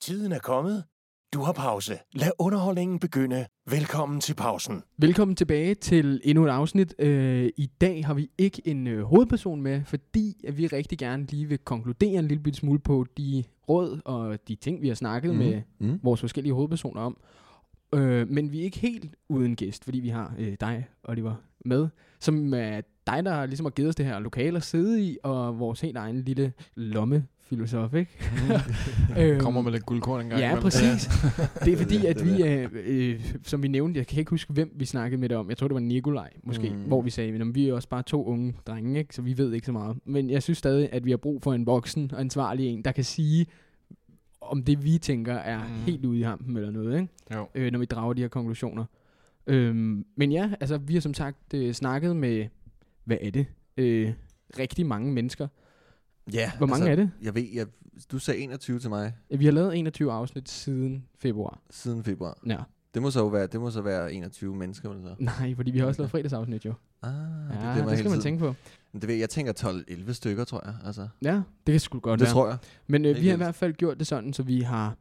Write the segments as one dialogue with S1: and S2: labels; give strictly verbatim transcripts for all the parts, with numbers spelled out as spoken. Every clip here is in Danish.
S1: Tiden er kommet. Du har pause. Lad underholdningen begynde. Velkommen til pausen.
S2: Velkommen tilbage til endnu et afsnit. Øh, I dag har vi ikke en øh, hovedperson med, fordi at vi rigtig gerne lige vil konkludere en lille bitte smule på de råd og de ting, vi har snakket mm. med mm. vores forskellige hovedpersoner om. Øh, men vi er ikke helt uden gæst, fordi vi har øh, dig, Oliver, med, som er dig, der ligesom har givet os det her lokale at sidde i, og vores helt egen lille lommefilosof, ikke?
S3: Mm. øhm, Kommer med lidt guldkorn engang.
S2: Ja, præcis. Det er fordi, at vi, øh, øh, som vi nævnte, jeg kan ikke huske, hvem vi snakkede med det om. Jeg tror, det var Nikolaj, måske, mm. hvor vi sagde, at vi er også bare to unge drenge, ikke? Så vi ved ikke så meget. Men jeg synes stadig, at vi har brug for en voksen og ansvarlig en, der kan sige, om det vi tænker er mm. helt ude i hampen eller noget, ikke?
S3: Jo.
S2: Øh, når vi drager de her konklusioner. Øhm, men ja, altså vi har som sagt øh, snakket med, hvad er det? Øh, rigtig mange mennesker.
S4: Ja.
S2: Hvor mange
S4: altså,
S2: er det?
S4: Jeg ved, jeg, du sagde enogtyve til mig.
S2: Ja, vi har lavet enogtyve afsnit siden februar.
S4: Siden februar.
S2: Ja.
S4: Det må så være, det må så være enogtyve mennesker eller så.
S2: Nej, fordi vi har også lavet fredagsafsnit jo.
S4: Ah,
S2: ja,
S4: det, det,
S2: det skal man tænke på.
S4: Men det ved, jeg tænker tolv elleve stykker, tror jeg. Altså.
S2: Ja, det kan sgu godt
S4: det
S2: være.
S4: Det tror jeg.
S2: Men øh, vi har i hvert fald gjort det sådan, så vi har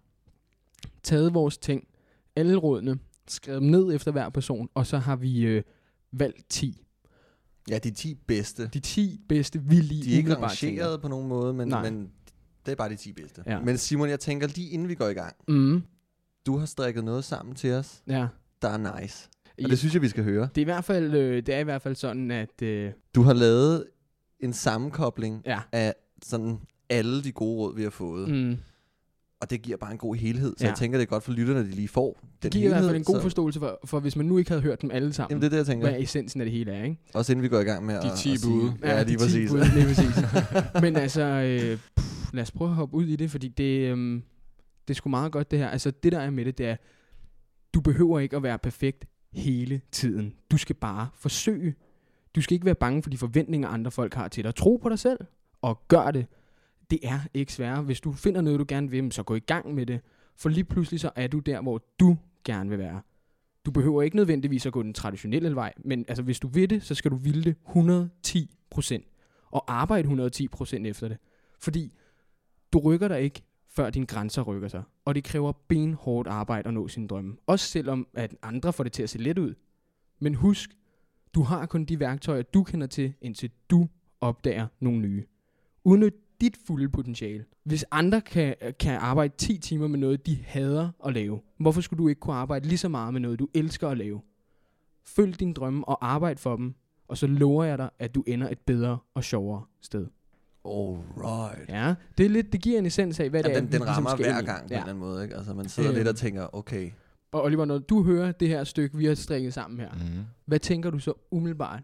S2: taget vores ting, alle rådene, skrevet dem ned efter hver person, og så har vi øh, valgt ti.
S4: Ja, de ti bedste.
S2: De ti bedste, vi lige
S4: De er ikke rangeret på nogen måde, men, men det er bare de ti bedste.
S2: Ja.
S4: Men Simon, jeg tænker lige inden vi går i gang.
S2: Mm.
S4: Du har strikket noget sammen til os,
S2: ja.
S4: der er nice. Og det synes jeg, vi skal høre.
S2: Det er i hvert fald, øh, det er i hvert fald sådan, at... Øh,
S4: du har lavet en sammenkobling
S2: ja.
S4: af sådan alle de gode råd, vi har fået.
S2: Mm.
S4: Og det giver bare en god helhed. Så
S2: ja.
S4: jeg tænker, det er godt for lytterne, at de lige får den
S2: det giver
S4: helhed,
S2: i hvert fald en god
S4: så...
S2: forståelse for, for, hvis man nu ikke havde hørt dem alle sammen.
S4: Jamen, det er det, jeg tænker.
S2: Hvad essensen af det hele er, ikke?
S4: Også inden vi går i gang med
S3: de
S4: at,
S3: ti
S4: at sige...
S3: bud.
S2: Ja,
S4: ja,
S2: de
S4: lige
S2: ti
S4: præcis.
S2: bud, lige præcis. Men altså, øh, pff, lad os prøve at hoppe ud i det, fordi det, øh, det er sgu meget godt det her. Altså, det der er med det, det er, du behøver ikke at være perfekt hele tiden. Du skal bare forsøge. Du skal ikke være bange for de forventninger, andre folk har til dig. Tro på dig selv, og gør det. Det er ikke sværere. Hvis du finder noget, du gerne vil, så gå i gang med det. For lige pludselig så er du der, hvor du gerne vil være. Du behøver ikke nødvendigvis at gå den traditionelle vej, men altså, hvis du vil det, så skal du ville det et hundrede og ti procent. Og arbejde et hundrede og ti procent efter det. Fordi du rykker dig ikke, før dine grænser rykker sig. Og det kræver benhårdt arbejde at nå sine drømme. Også selvom at andre får det til at se let ud. Men husk, du har kun de værktøjer, du kender til, indtil du opdager nogle nye. Udnyt dit fulde potentiale. Hvis andre kan, kan arbejde ti timer med noget, de hader at lave, hvorfor skulle du ikke kunne arbejde lige så meget med noget, du elsker at lave? Følg dine drømme og arbejde for dem, og så lover jeg dig, at du ender et bedre og sjovere sted.
S4: Alright.
S2: Ja, det, er lidt, det giver en essens af, hvad
S4: ja,
S2: det er,
S4: den, den
S2: vi
S4: rammer
S2: ligesom
S4: hver
S2: skal
S4: gang på
S2: ja.
S4: en eller anden måde, ikke? Altså man sidder øhm. lidt og tænker, okay.
S2: Og Oliver, når du hører det her stykke, vi har strikket sammen her, mm. hvad tænker du så umiddelbart?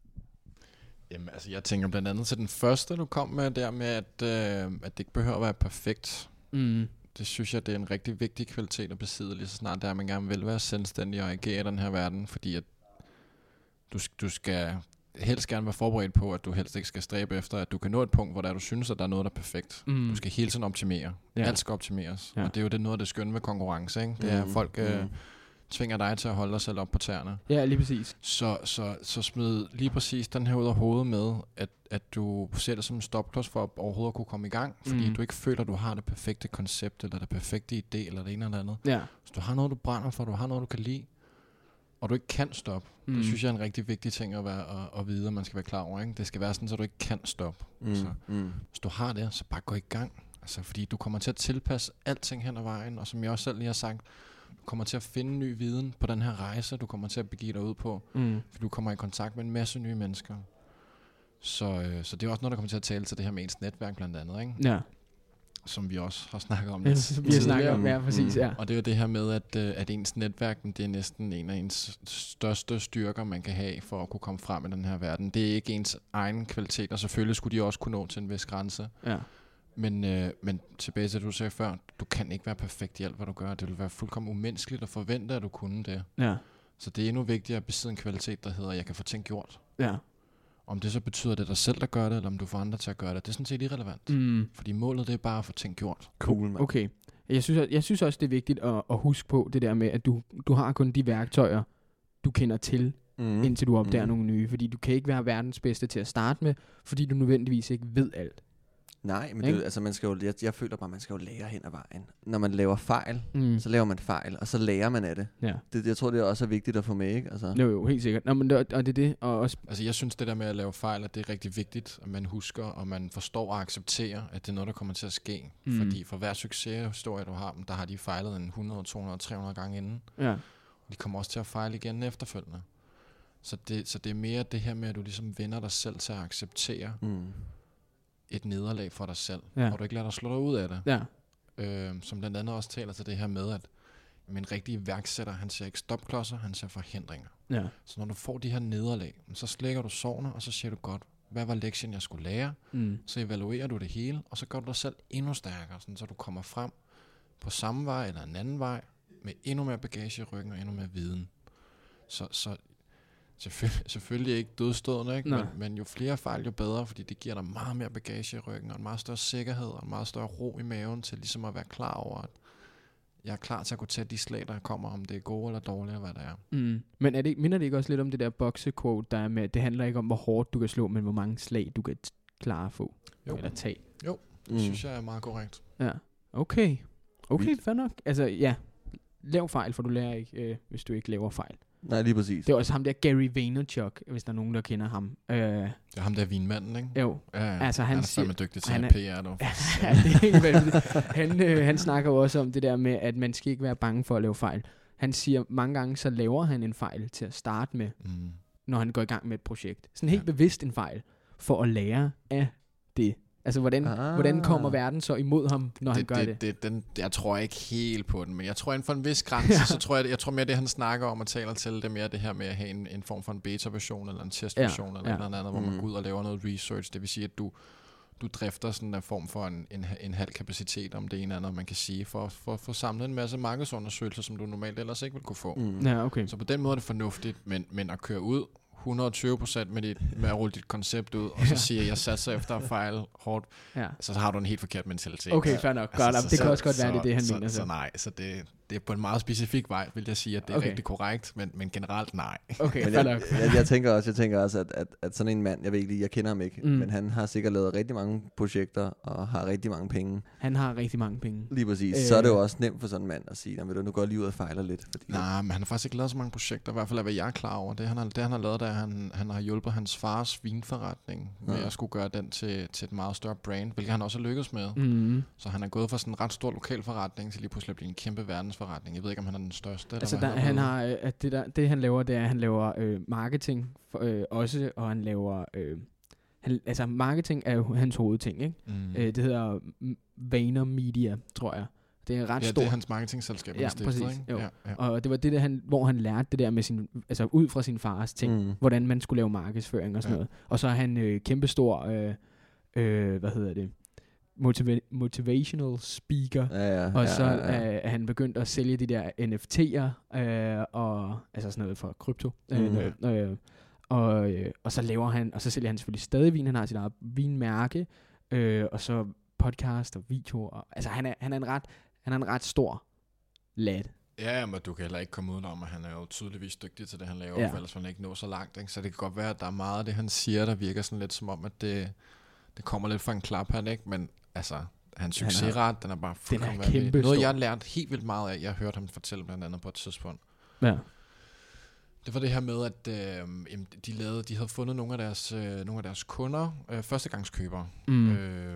S3: Jamen, altså, jeg tænker blandt andet til den første, du kom med, der med, at, øh, at det ikke behøver at være perfekt.
S2: Mm.
S3: Det synes jeg, det er en rigtig vigtig kvalitet at besidde, lige så snart der, at man gerne vil være selvstændig og agere i den her verden, fordi at du, du skal helst gerne være forberedt på, at du helst ikke skal stræbe efter, at du kan nå et punkt, hvor der du synes, at der er noget, der er perfekt. Mm. Du skal hele tiden optimere. Ja. Alt skal optimeres. Ja. Og det er jo det noget af det skønne ved konkurrence, ikke? Det er, mm. folk øh, mm. tvinger dig til at holde dig selv op på tæerne.
S2: Ja, lige præcis.
S3: Så, så, så smid lige præcis den her ud af hovedet med, at, at du ser det som en stopklods for at overhovedet at kunne komme i gang, fordi mm. du ikke føler, at du har det perfekte koncept, eller det perfekte idé, eller det ene eller andet.
S2: Ja.
S3: Hvis du har noget, du brænder for, du har noget, du kan lide, og du ikke kan stoppe, mm. det synes jeg er en rigtig vigtig ting at, være, at, at vide, at man skal være klar over. Ikke? Det skal være sådan, så du ikke kan stoppe. Mm. Altså, mm. Hvis du har det, så bare gå i gang. Altså, fordi du kommer til at tilpasse alting hen ad vejen, og som jeg også selv lige har sagt, du kommer til at finde ny viden på den her rejse, du kommer til at begive dig ud på, mm. for du kommer i kontakt med en masse nye mennesker. Så, øh, så det er også noget, der kommer til at tale til det her med ens netværk blandt andet, ikke?
S2: Ja.
S3: Som vi også har snakket om.
S2: Ja, vi har snakket om, ja, præcis, ja.
S3: Og det er jo det her med, at, at ens netværk, det er næsten en af ens største styrker, man kan have for at kunne komme frem i den her verden. Det er ikke ens egen kvalitet, og selvfølgelig skulle de også kunne nå til en vis grænse.
S2: Ja.
S3: Men, øh, men tilbage til det, du sagde før, du kan ikke være perfekt i alt, hvad du gør. Det vil være fuldkommen umenneskeligt at forvente, at du kunne det.
S2: Ja.
S3: Så det er endnu vigtigere at besidde en kvalitet, der hedder, jeg kan få ting gjort.
S2: Ja.
S3: Om det så betyder, det er dig selv, der gør det, eller om du får andre til at gøre det, det er sådan set irrelevant.
S2: Mm.
S3: Fordi målet, det er bare at få ting gjort.
S4: Cool, man.
S2: Okay. Jeg synes, jeg synes også, det er vigtigt at, at huske på det der med, at du, du har kun de værktøjer, du kender til, mm. indtil du opdager mm. nogle nye. Fordi du kan ikke være verdens bedste til at starte med, fordi du nødvendigvis ikke ved alt.
S4: Nej, men det, altså man skal jo, jeg, jeg føler bare, man skal jo lære hen ad vejen. Når man laver fejl, mm. så laver man fejl, og så lærer man af det. Ja. det. Jeg tror, det er også vigtigt at få med, ikke? Altså.
S2: Jo, jo, helt sikkert. Nå, men det, og det er det. Og også
S3: altså, jeg synes, det der med at lave fejl, at det er rigtig vigtigt, at man husker, og man forstår og accepterer, at det er noget, der kommer til at ske. Mm. Fordi for hver succeshistorie, du har, der har de fejlet en hundrede, to hundrede, tre hundrede gange inden. Ja. De kommer også til at fejle igen efterfølgende. Så det, så det er mere det her med, at du ligesom vender dig selv til at acceptere mm. et nederlag for dig selv, ja. Og du ikke lader dig slå dig ud af det. Ja. Øh, som blandt andet også taler til det her med, at en rigtig iværksætter, han ser ikke stopklodser, han ser forhindringer. Ja. Så når du får de her nederlag, så slækker du sårene, og så siger du godt, hvad var lektien, jeg skulle lære? Mm. Så evaluerer du det hele, og så gør du dig selv endnu stærkere, sådan, så du kommer frem på samme vej eller en anden vej, med endnu mere bagage i ryggen og endnu mere viden. Så, så selvfølgelig, selvfølgelig ikke dødstødende, ikke? Men, men jo flere fejl, jo bedre, fordi det giver dig meget mere bagage i ryggen, og en meget større sikkerhed, og en meget større ro i maven, til ligesom at være klar over, at jeg er klar til at kunne tage de slag, der kommer, om det er gode eller dårlige, hvad det er.
S2: Mm. Men er det, minder det ikke også lidt om det der boksequote, der er med, det handler ikke om, hvor hårdt du kan slå, men hvor mange slag, du kan t- klare at få, jo. Eller tage?
S3: Jo, det mm. synes jeg er meget korrekt.
S2: Ja, okay. Okay, fair nok. Altså, ja, lav fejl, for du lærer ikke, øh, hvis du ikke laver fejl.
S4: Nej, lige præcis.
S2: Det er også ham der Gary Vaynerchuk, hvis der er nogen, der kender ham. Øh, det
S3: er ham der vinmanden, ikke?
S2: Jo.
S3: Ja, ja.
S2: Altså, han,
S3: han er fandme dygtig til P R, dog.
S2: Ja, det er helt vældig. Han, øh, han snakker jo også om det der med, at man skal ikke være bange for at lave fejl. Han siger, mange gange så laver han en fejl til at starte med, mm. når han går i gang med et projekt. Sådan helt ja. bevidst en fejl, for at lære af det. Altså, hvordan, ah. hvordan kommer verden så imod ham, når det, han gør det?
S3: det? det den, jeg tror ikke helt på den, men jeg tror inden for en vis grænse, ja. så tror jeg, jeg tror mere det, han snakker om og taler til, det er mere det her med at have en, en form for en beta-version, eller en test-version, ja. eller ja. noget andet, hvor mm. man går ud og laver noget research. Det vil sige, at du, du drifter sådan en form for en, en, en halv kapacitet, om det ene eller andet, man kan sige, for, for at få samlet en masse markedsundersøgelser, som du normalt ellers ikke vil kunne få.
S2: Mm. Ja, okay.
S3: Så på den måde er det fornuftigt, men, men at køre ud hundrede og tyve procent med, dit, med at rulle dit koncept ud, og så siger jeg, jeg satser efter at fejle hårdt, ja. så har du en helt forkert mentalitet.
S2: Okay, fair nok. Altså, godt, så, det kan så, også godt være, så, det er det, han
S3: så,
S2: mener.
S3: Så, så nej, så det, det er på en meget specifik vej, vil jeg sige, at det er okay. rigtig korrekt, men, men generelt nej.
S2: Okay, fair nok.
S4: Jeg, jeg, jeg tænker også, jeg tænker også at, at, at sådan en mand, jeg ved ikke, jeg kender ham ikke, mm. men han har sikkert lavet rigtig mange projekter, og har rigtig mange penge.
S2: Han har rigtig mange penge.
S4: Lige præcis. Øh. Så er det jo også nemt for sådan en mand at sige, vil du nu gå lige ud og fejler lidt. Fordi
S3: nej, men han har faktisk ikke lavet så mange projekter, i hvert fald af hvad jeg er klar over. Det han har, det, han har lavet, der han, han har hjulpet hans fars vinforretning med ja. at skulle gøre den til, til et meget større brand, hvilket han også har lykkes med. Mm. Så han er gået fra sådan en ret stor lokal forretning til lige pludselig at blive en kæmpe verdensforretning. Jeg ved ikke, om han er den største.
S2: Altså,
S3: eller
S2: der, han har, at det, der, det han laver, det er, at han laver øh, marketing for, øh, også, og han laver... Øh, han, altså, marketing er jo hans hovedting, ikke? Mm. Øh, det hedder VaynerMedia, tror jeg. Det er ret
S3: ja,
S2: stort.
S3: det er hans marketingselskab.
S2: Ja,
S3: stiftet,
S2: præcis.
S3: Ikke?
S2: Jo.
S3: Ja, ja.
S2: Og det var det, der, han, hvor han lærte det der med sin, altså ud fra sin fars ting, mm. hvordan man skulle lave markedsføring og sådan ja. noget. Og så er han øh, kæmpestor, øh, øh, hvad hedder det, Motiva- motivational speaker.
S4: Ja, ja,
S2: og så
S4: ja, ja, ja.
S2: er han begyndt at sælge de der N F T'er, øh, og altså sådan noget for krypto. Mm. Øh, øh, og, øh, og så laver han, og så sælger han selvfølgelig stadig vin. Han har sit eget vinmærke, øh, og så podcast og videoer. Og, altså han er, han er en ret Han er en ret stor lad.
S3: Ja, men du kan heller ikke komme udenom, at han er jo tydeligvis dygtig til det, han laver, ja. for ellers vil han ikke nå så langt. Ikke? Så det kan godt være, at der er meget af det, han siger, der virker sådan lidt som om, at det, det kommer lidt fra en klap, han ikke? Men altså, hans succesret, den er bare fuldkommen vanvittig. Noget, jeg har lært helt vildt meget af, jeg hørte ham fortælle blandt andet på et tidspunkt.
S2: Ja.
S3: Det var det her med, at øh, de, lavede, de havde fundet nogle af deres, øh, nogle af deres kunder, øh, førstegangskøbere, mm. øh,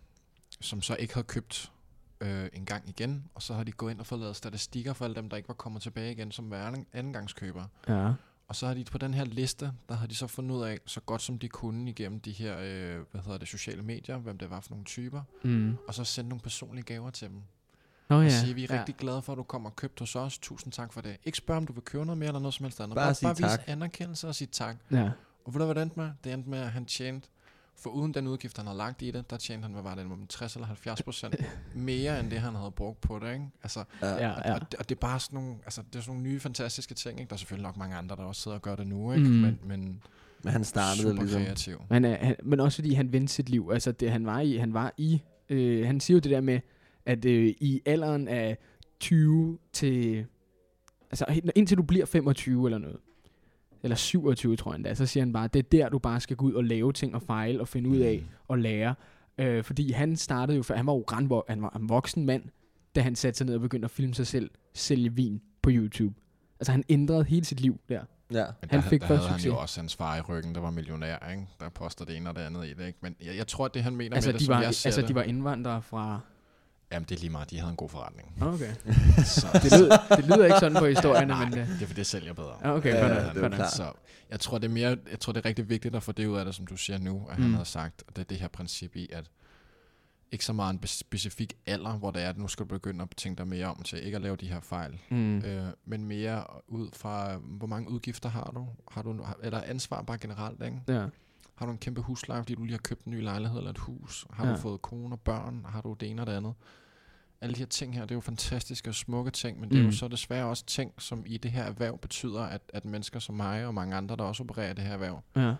S3: som så ikke havde købt øh, en gang igen, og så har de gået ind og fået lavet statistikker for alle dem, der ikke var kommet tilbage igen som andengangskøbere.
S2: Ja.
S3: Og så har de på den her liste, der har de så fundet ud af, så godt som de kunne igennem de her, øh, hvad hedder det, sociale medier, hvem det var for nogle typer, mm. og så sende nogle personlige gaver til dem.
S2: Oh,
S3: og
S2: ja.
S3: sige, vi er
S2: ja.
S3: rigtig glade for, at du kommer og købt hos os. Tusind tak for det. Ikke spørg, om du vil købe noget mere eller noget som helst andet.
S4: Bare,
S3: bare, bare
S4: vise
S3: anerkendelse og sige tak.
S2: Ja.
S3: Og ved du, hvad det endte med? Det endte med, at han tjente, for uden den udgift, han havde lagt i det, der tjente han, hvad var det, tres eller halvfjerds procent mere, end det, han havde brugt på det, ikke? Altså,
S2: ja, ja.
S3: Og, og, og det er bare sådan nogle, altså, det er sådan nogle nye, fantastiske ting, ikke? Der er selvfølgelig nok mange andre, der også sidder og gør det nu, ikke? Mm. Men, men,
S4: men han startede
S3: super
S4: ligesom.
S3: kreativ.
S2: Men, uh, han, men også fordi han vendte sit liv. Altså, det, han var i, han var i, øh, han siger jo det der med, at øh, i alderen af tyve til, altså indtil du bliver femogtyve eller noget, eller syvogtyve tror jeg endda, så siger han bare, det er der, du bare skal gå ud og lave ting og fejle og finde ud af og lære. Øh, fordi han startede jo, for han var jo randvo- han var en voksen mand, da han satte sig ned og begyndte at filme sig selv sælge vin på YouTube. Altså han ændrede hele sit liv der.
S4: Ja.
S3: Men
S2: han
S3: der,
S2: fik
S3: der
S2: først
S3: havde
S2: succes.
S3: han jo også hans far i ryggen, der var millionær, ikke? Der poster det ene og det andet i det, ikke? Men jeg, jeg tror, at det han mener
S2: Altså,
S3: med
S2: de
S3: det, som
S2: var,
S3: jeg ser
S2: altså
S3: det,
S2: de var indvandrere fra...
S3: Jamen, det er lige meget, de havde en god forretning.
S2: Okay.
S3: Så,
S2: Det lyder, det lyder ikke sådan på historierne,
S3: nej,
S2: men... Uh...
S3: det er for det sælger bedre.
S2: Okay,
S4: Ja,
S2: godt
S4: ja,
S2: nok,
S4: det er
S2: godt
S4: jo
S2: nok.
S4: klart.
S3: Så jeg tror, det er mere, jeg tror, det er rigtig vigtigt at få det ud af det, som du siger nu, at
S2: Mm.
S3: han har sagt, og det er det her princip i, at ikke så meget en specifik alder, hvor det er, at nu skal du begynde at tænke dig mere om til ikke at lave de her fejl,
S2: Mm.
S3: øh, men mere ud fra, hvor mange udgifter har du? Har du eller ansvar bare generelt, ikke?
S2: Ja.
S3: Har du en kæmpe husleje, fordi du lige har købt en ny lejlighed eller et hus? Har
S2: Ja.
S3: du fået kone og børn? Har du det ene og det andet? Alle de her ting her, det er jo fantastiske og smukke ting, men det er
S2: Mm.
S3: jo så desværre også ting, som i det her erhverv betyder, at, at mennesker som mig og mange andre, der også opererer i det her erhverv,
S2: Ja.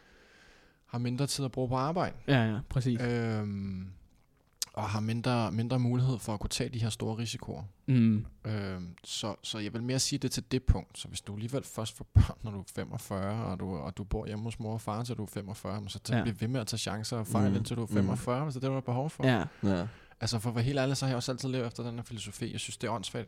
S3: har mindre tid at bruge på arbejde.
S2: Ja, ja, præcis.
S3: Øhm, og har mindre, mindre mulighed for at kunne tage de her store risikoer.
S2: Mm.
S3: Øhm, så, så jeg vil mere sige det til det punkt. Så hvis du alligevel først får børn, når du er femogfyrre, og du, og du bor hjemme hos mor og far, til du er femogfyrre, så
S2: Ja.
S3: ja. bliv ved med at tage chancer og fejle,
S4: Mm.
S3: indtil du er
S4: Mm.
S3: femogfyrre, hvis det er det, du har behov for.
S2: Ja.
S4: Ja.
S3: Altså for at være helt ærlig, så har jeg også altid levet efter den her filosofi. Jeg synes, det er åndssvagt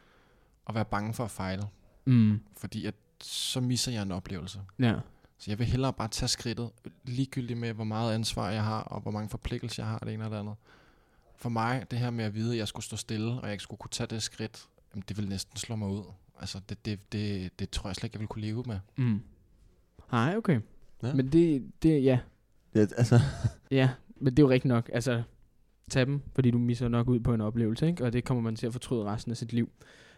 S3: at være bange for at fejle.
S2: Mm.
S3: Fordi at, så misser jeg en oplevelse.
S2: Ja.
S3: Så jeg vil hellere bare tage skridtet, ligegyldigt med, hvor meget ansvar jeg har, og hvor mange forpligtelser jeg har, det ene eller det andet. For mig, det her med at vide, at jeg skulle stå stille, og jeg ikke skulle kunne tage det skridt, jamen, det vil næsten slå mig ud. Altså, det, det, det, det tror jeg slet ikke, jeg vil kunne leve med.
S2: Mm. Nej, okay.
S4: Ja.
S2: Men det, det, ja.
S4: Ja, altså,
S2: Ja, men det er jo rigtigt nok. Altså, tag dem, fordi du misser nok ud på en oplevelse, ikke? Og det kommer man til at fortryde resten af sit liv.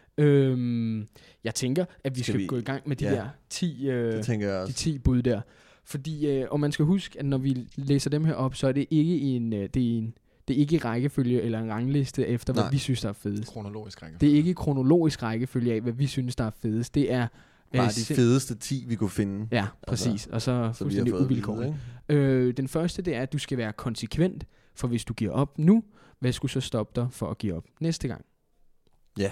S2: Øhm, jeg tænker, at vi skal,
S4: Skal
S2: skal
S4: vi-
S2: gå i gang med de
S4: ja.
S2: der ti, øh,
S4: det tænker jeg
S2: de
S4: også.
S2: ti bud der. Fordi, øh, og man skal huske, at når vi læser dem her op, så er det ikke en, øh, det er en, det er ikke i rækkefølge eller en rangliste efter, hvad
S4: Nej.
S2: vi synes, der er fedest.
S3: Kronologisk række.
S2: Det er ikke i kronologisk rækkefølge af, hvad vi synes, der er fedest. Det er...
S4: Bare
S2: øh,
S4: de
S2: sim-
S4: fedeste ti, vi kunne finde.
S2: Ja, præcis. Og så
S4: Så vi har
S2: fuldstændig
S4: fået at vide,
S2: uvilkårligt.
S4: ikke?
S2: Øh, den første, det er, at du skal være konsekvent, for hvis du giver op nu, hvad skulle så stoppe dig for at give op næste gang?
S4: Ja.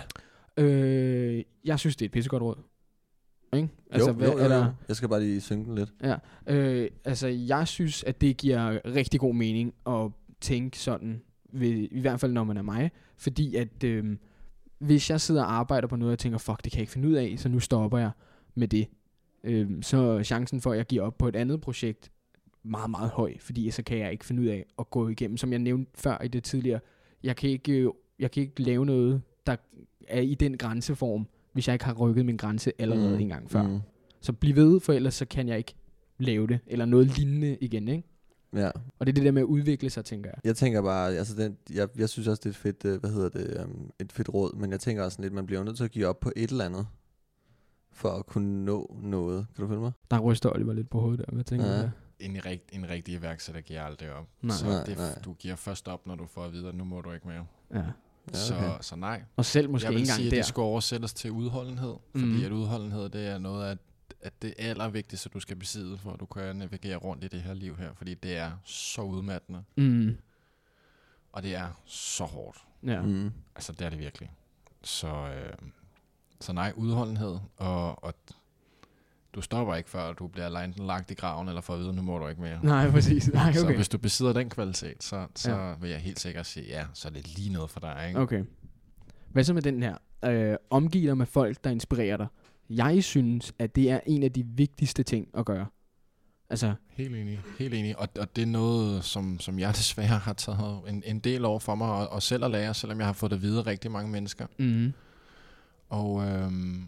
S2: Øh, jeg synes, det er et pissegodt råd. Ikke?
S4: Altså, jo,
S2: hvad
S4: jo, jo,
S2: er der?
S4: jo. Jeg skal bare lige synge den lidt.
S2: Ja, øh, altså jeg synes, at det giver rigtig god mening at tænke sådan, ved, i hvert fald når man er mig, fordi at øh, hvis jeg sidder og arbejder på noget, og tænker, fuck, det kan jeg ikke finde ud af, så nu stopper jeg med det, øh, så er chancen for, at jeg giver op på et andet projekt meget, meget høj, fordi så kan jeg ikke finde ud af at gå igennem, som jeg nævnte før i det tidligere, jeg kan ikke, øh, jeg kan ikke lave noget, der er i den grænseform, hvis jeg ikke har rykket min grænse allerede
S4: Mm.
S2: en gang før.
S4: Mm.
S2: Så bliv ved, for ellers så kan jeg ikke lave det, eller noget lignende igen, ikke?
S4: Ja.
S2: Og det er det der med at udvikle sig, tænker jeg.
S4: Jeg tænker bare, altså den, jeg, jeg synes også, det er et fedt, øh, hvad hedder det, um, et fedt råd, men jeg tænker også sådan lidt, man bliver nødt til at give op på et eller andet, for at kunne nå noget. Kan du følge mig?
S2: Der ryster Oliver lidt på hovedet der, hvad tænker
S4: Ja.
S2: du der?
S3: En, rigt, en rigtig iværksætter giver aldrig op.
S2: Nej.
S3: Så
S4: Nej,
S3: det,
S4: nej.
S3: du giver først op, når du får at vide, at nu må du ikke mere.
S2: Ja.
S4: Ja,
S3: Så,
S4: okay.
S3: så nej.
S2: Og selv måske
S3: jeg
S2: ikke
S3: vil
S2: engang
S3: sige, at
S2: der.
S3: det skal oversættes til udholdenhed, fordi
S2: Mhm.
S3: at udholdenhed, det er noget af at det allervigtigste, du skal besidde, for at du kan navigere rundt i det her liv her, fordi det er så udmattende,
S2: Mm.
S3: og det er så hårdt.
S2: Ja.
S4: Mm.
S3: Altså, det er det virkelig. Så, øh, så nej, udholdenhed, og, og du stopper ikke, før du bliver enten lagt i graven, eller får at vide, nu må du ikke mere.
S2: Nej, præcis. Nej,
S3: Så
S2: okay.
S3: hvis du besidder den kvalitet, så, så
S2: Ja.
S3: vil jeg helt sikkert sige, ja, så er det lige noget for dig, ikke?
S2: Okay. Hvad så med den her? Øh, omgiv dig med folk, der inspirerer dig. Jeg synes, at det er en af de vigtigste ting at gøre. Altså,
S3: Helt enig, helt enig. Og, og det er noget, som, som jeg desværre har taget en, en del over for mig, og, og selv at lære, selvom jeg har fået det videre rigtig mange mennesker.
S2: mm.
S3: Og, øhm,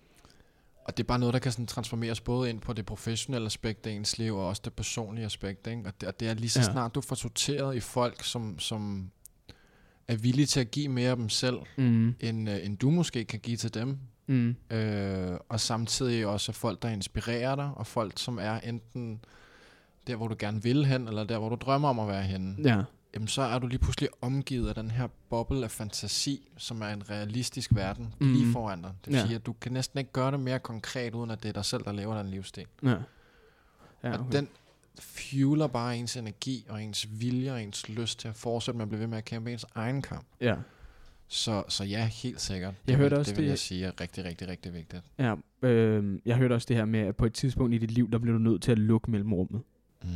S3: og det er bare noget, der kan sådan transformeres både ind på det professionelle aspekt af ens liv, og også det personlige aspekt. Ikke? Og, det, og det er lige så
S2: Ja.
S3: snart, du får sorteret i folk, som, som er villige til at give mere af dem selv,
S2: Mm.
S3: end, øh, end du måske kan give til dem.
S2: Mm.
S3: Øh, og samtidig også folk, der inspirerer dig, og folk, som er enten der, hvor du gerne vil hen, eller der, hvor du drømmer om at være henne.
S2: Ja.
S3: Jamen, så er du lige pludselig omgivet af den her boble af fantasi, som er en realistisk verden,
S2: Mhm.
S3: lige foran dig. Det vil
S2: Ja.
S3: sige, at du kan næsten ikke gøre det mere konkret, uden at det er dig selv, der lever den livsstil.
S2: Ja. Ja,
S3: Og
S2: okay.
S3: den fueler bare ens energi, og ens vilje, og ens lyst til at fortsætte med at blive ved med at kæmpe ens egen kamp.
S2: Ja.
S3: Så, så ja, helt sikkert.
S2: Jeg
S3: det
S2: hørte
S3: vil,
S2: også
S3: det vil
S2: det-
S3: jeg sige er rigtig, rigtig, rigtig vigtigt.
S2: Ja, øh, jeg hørte også det her med, at på et tidspunkt i dit liv, der bliver du nødt til at lukke mellemrummet.
S3: Mm.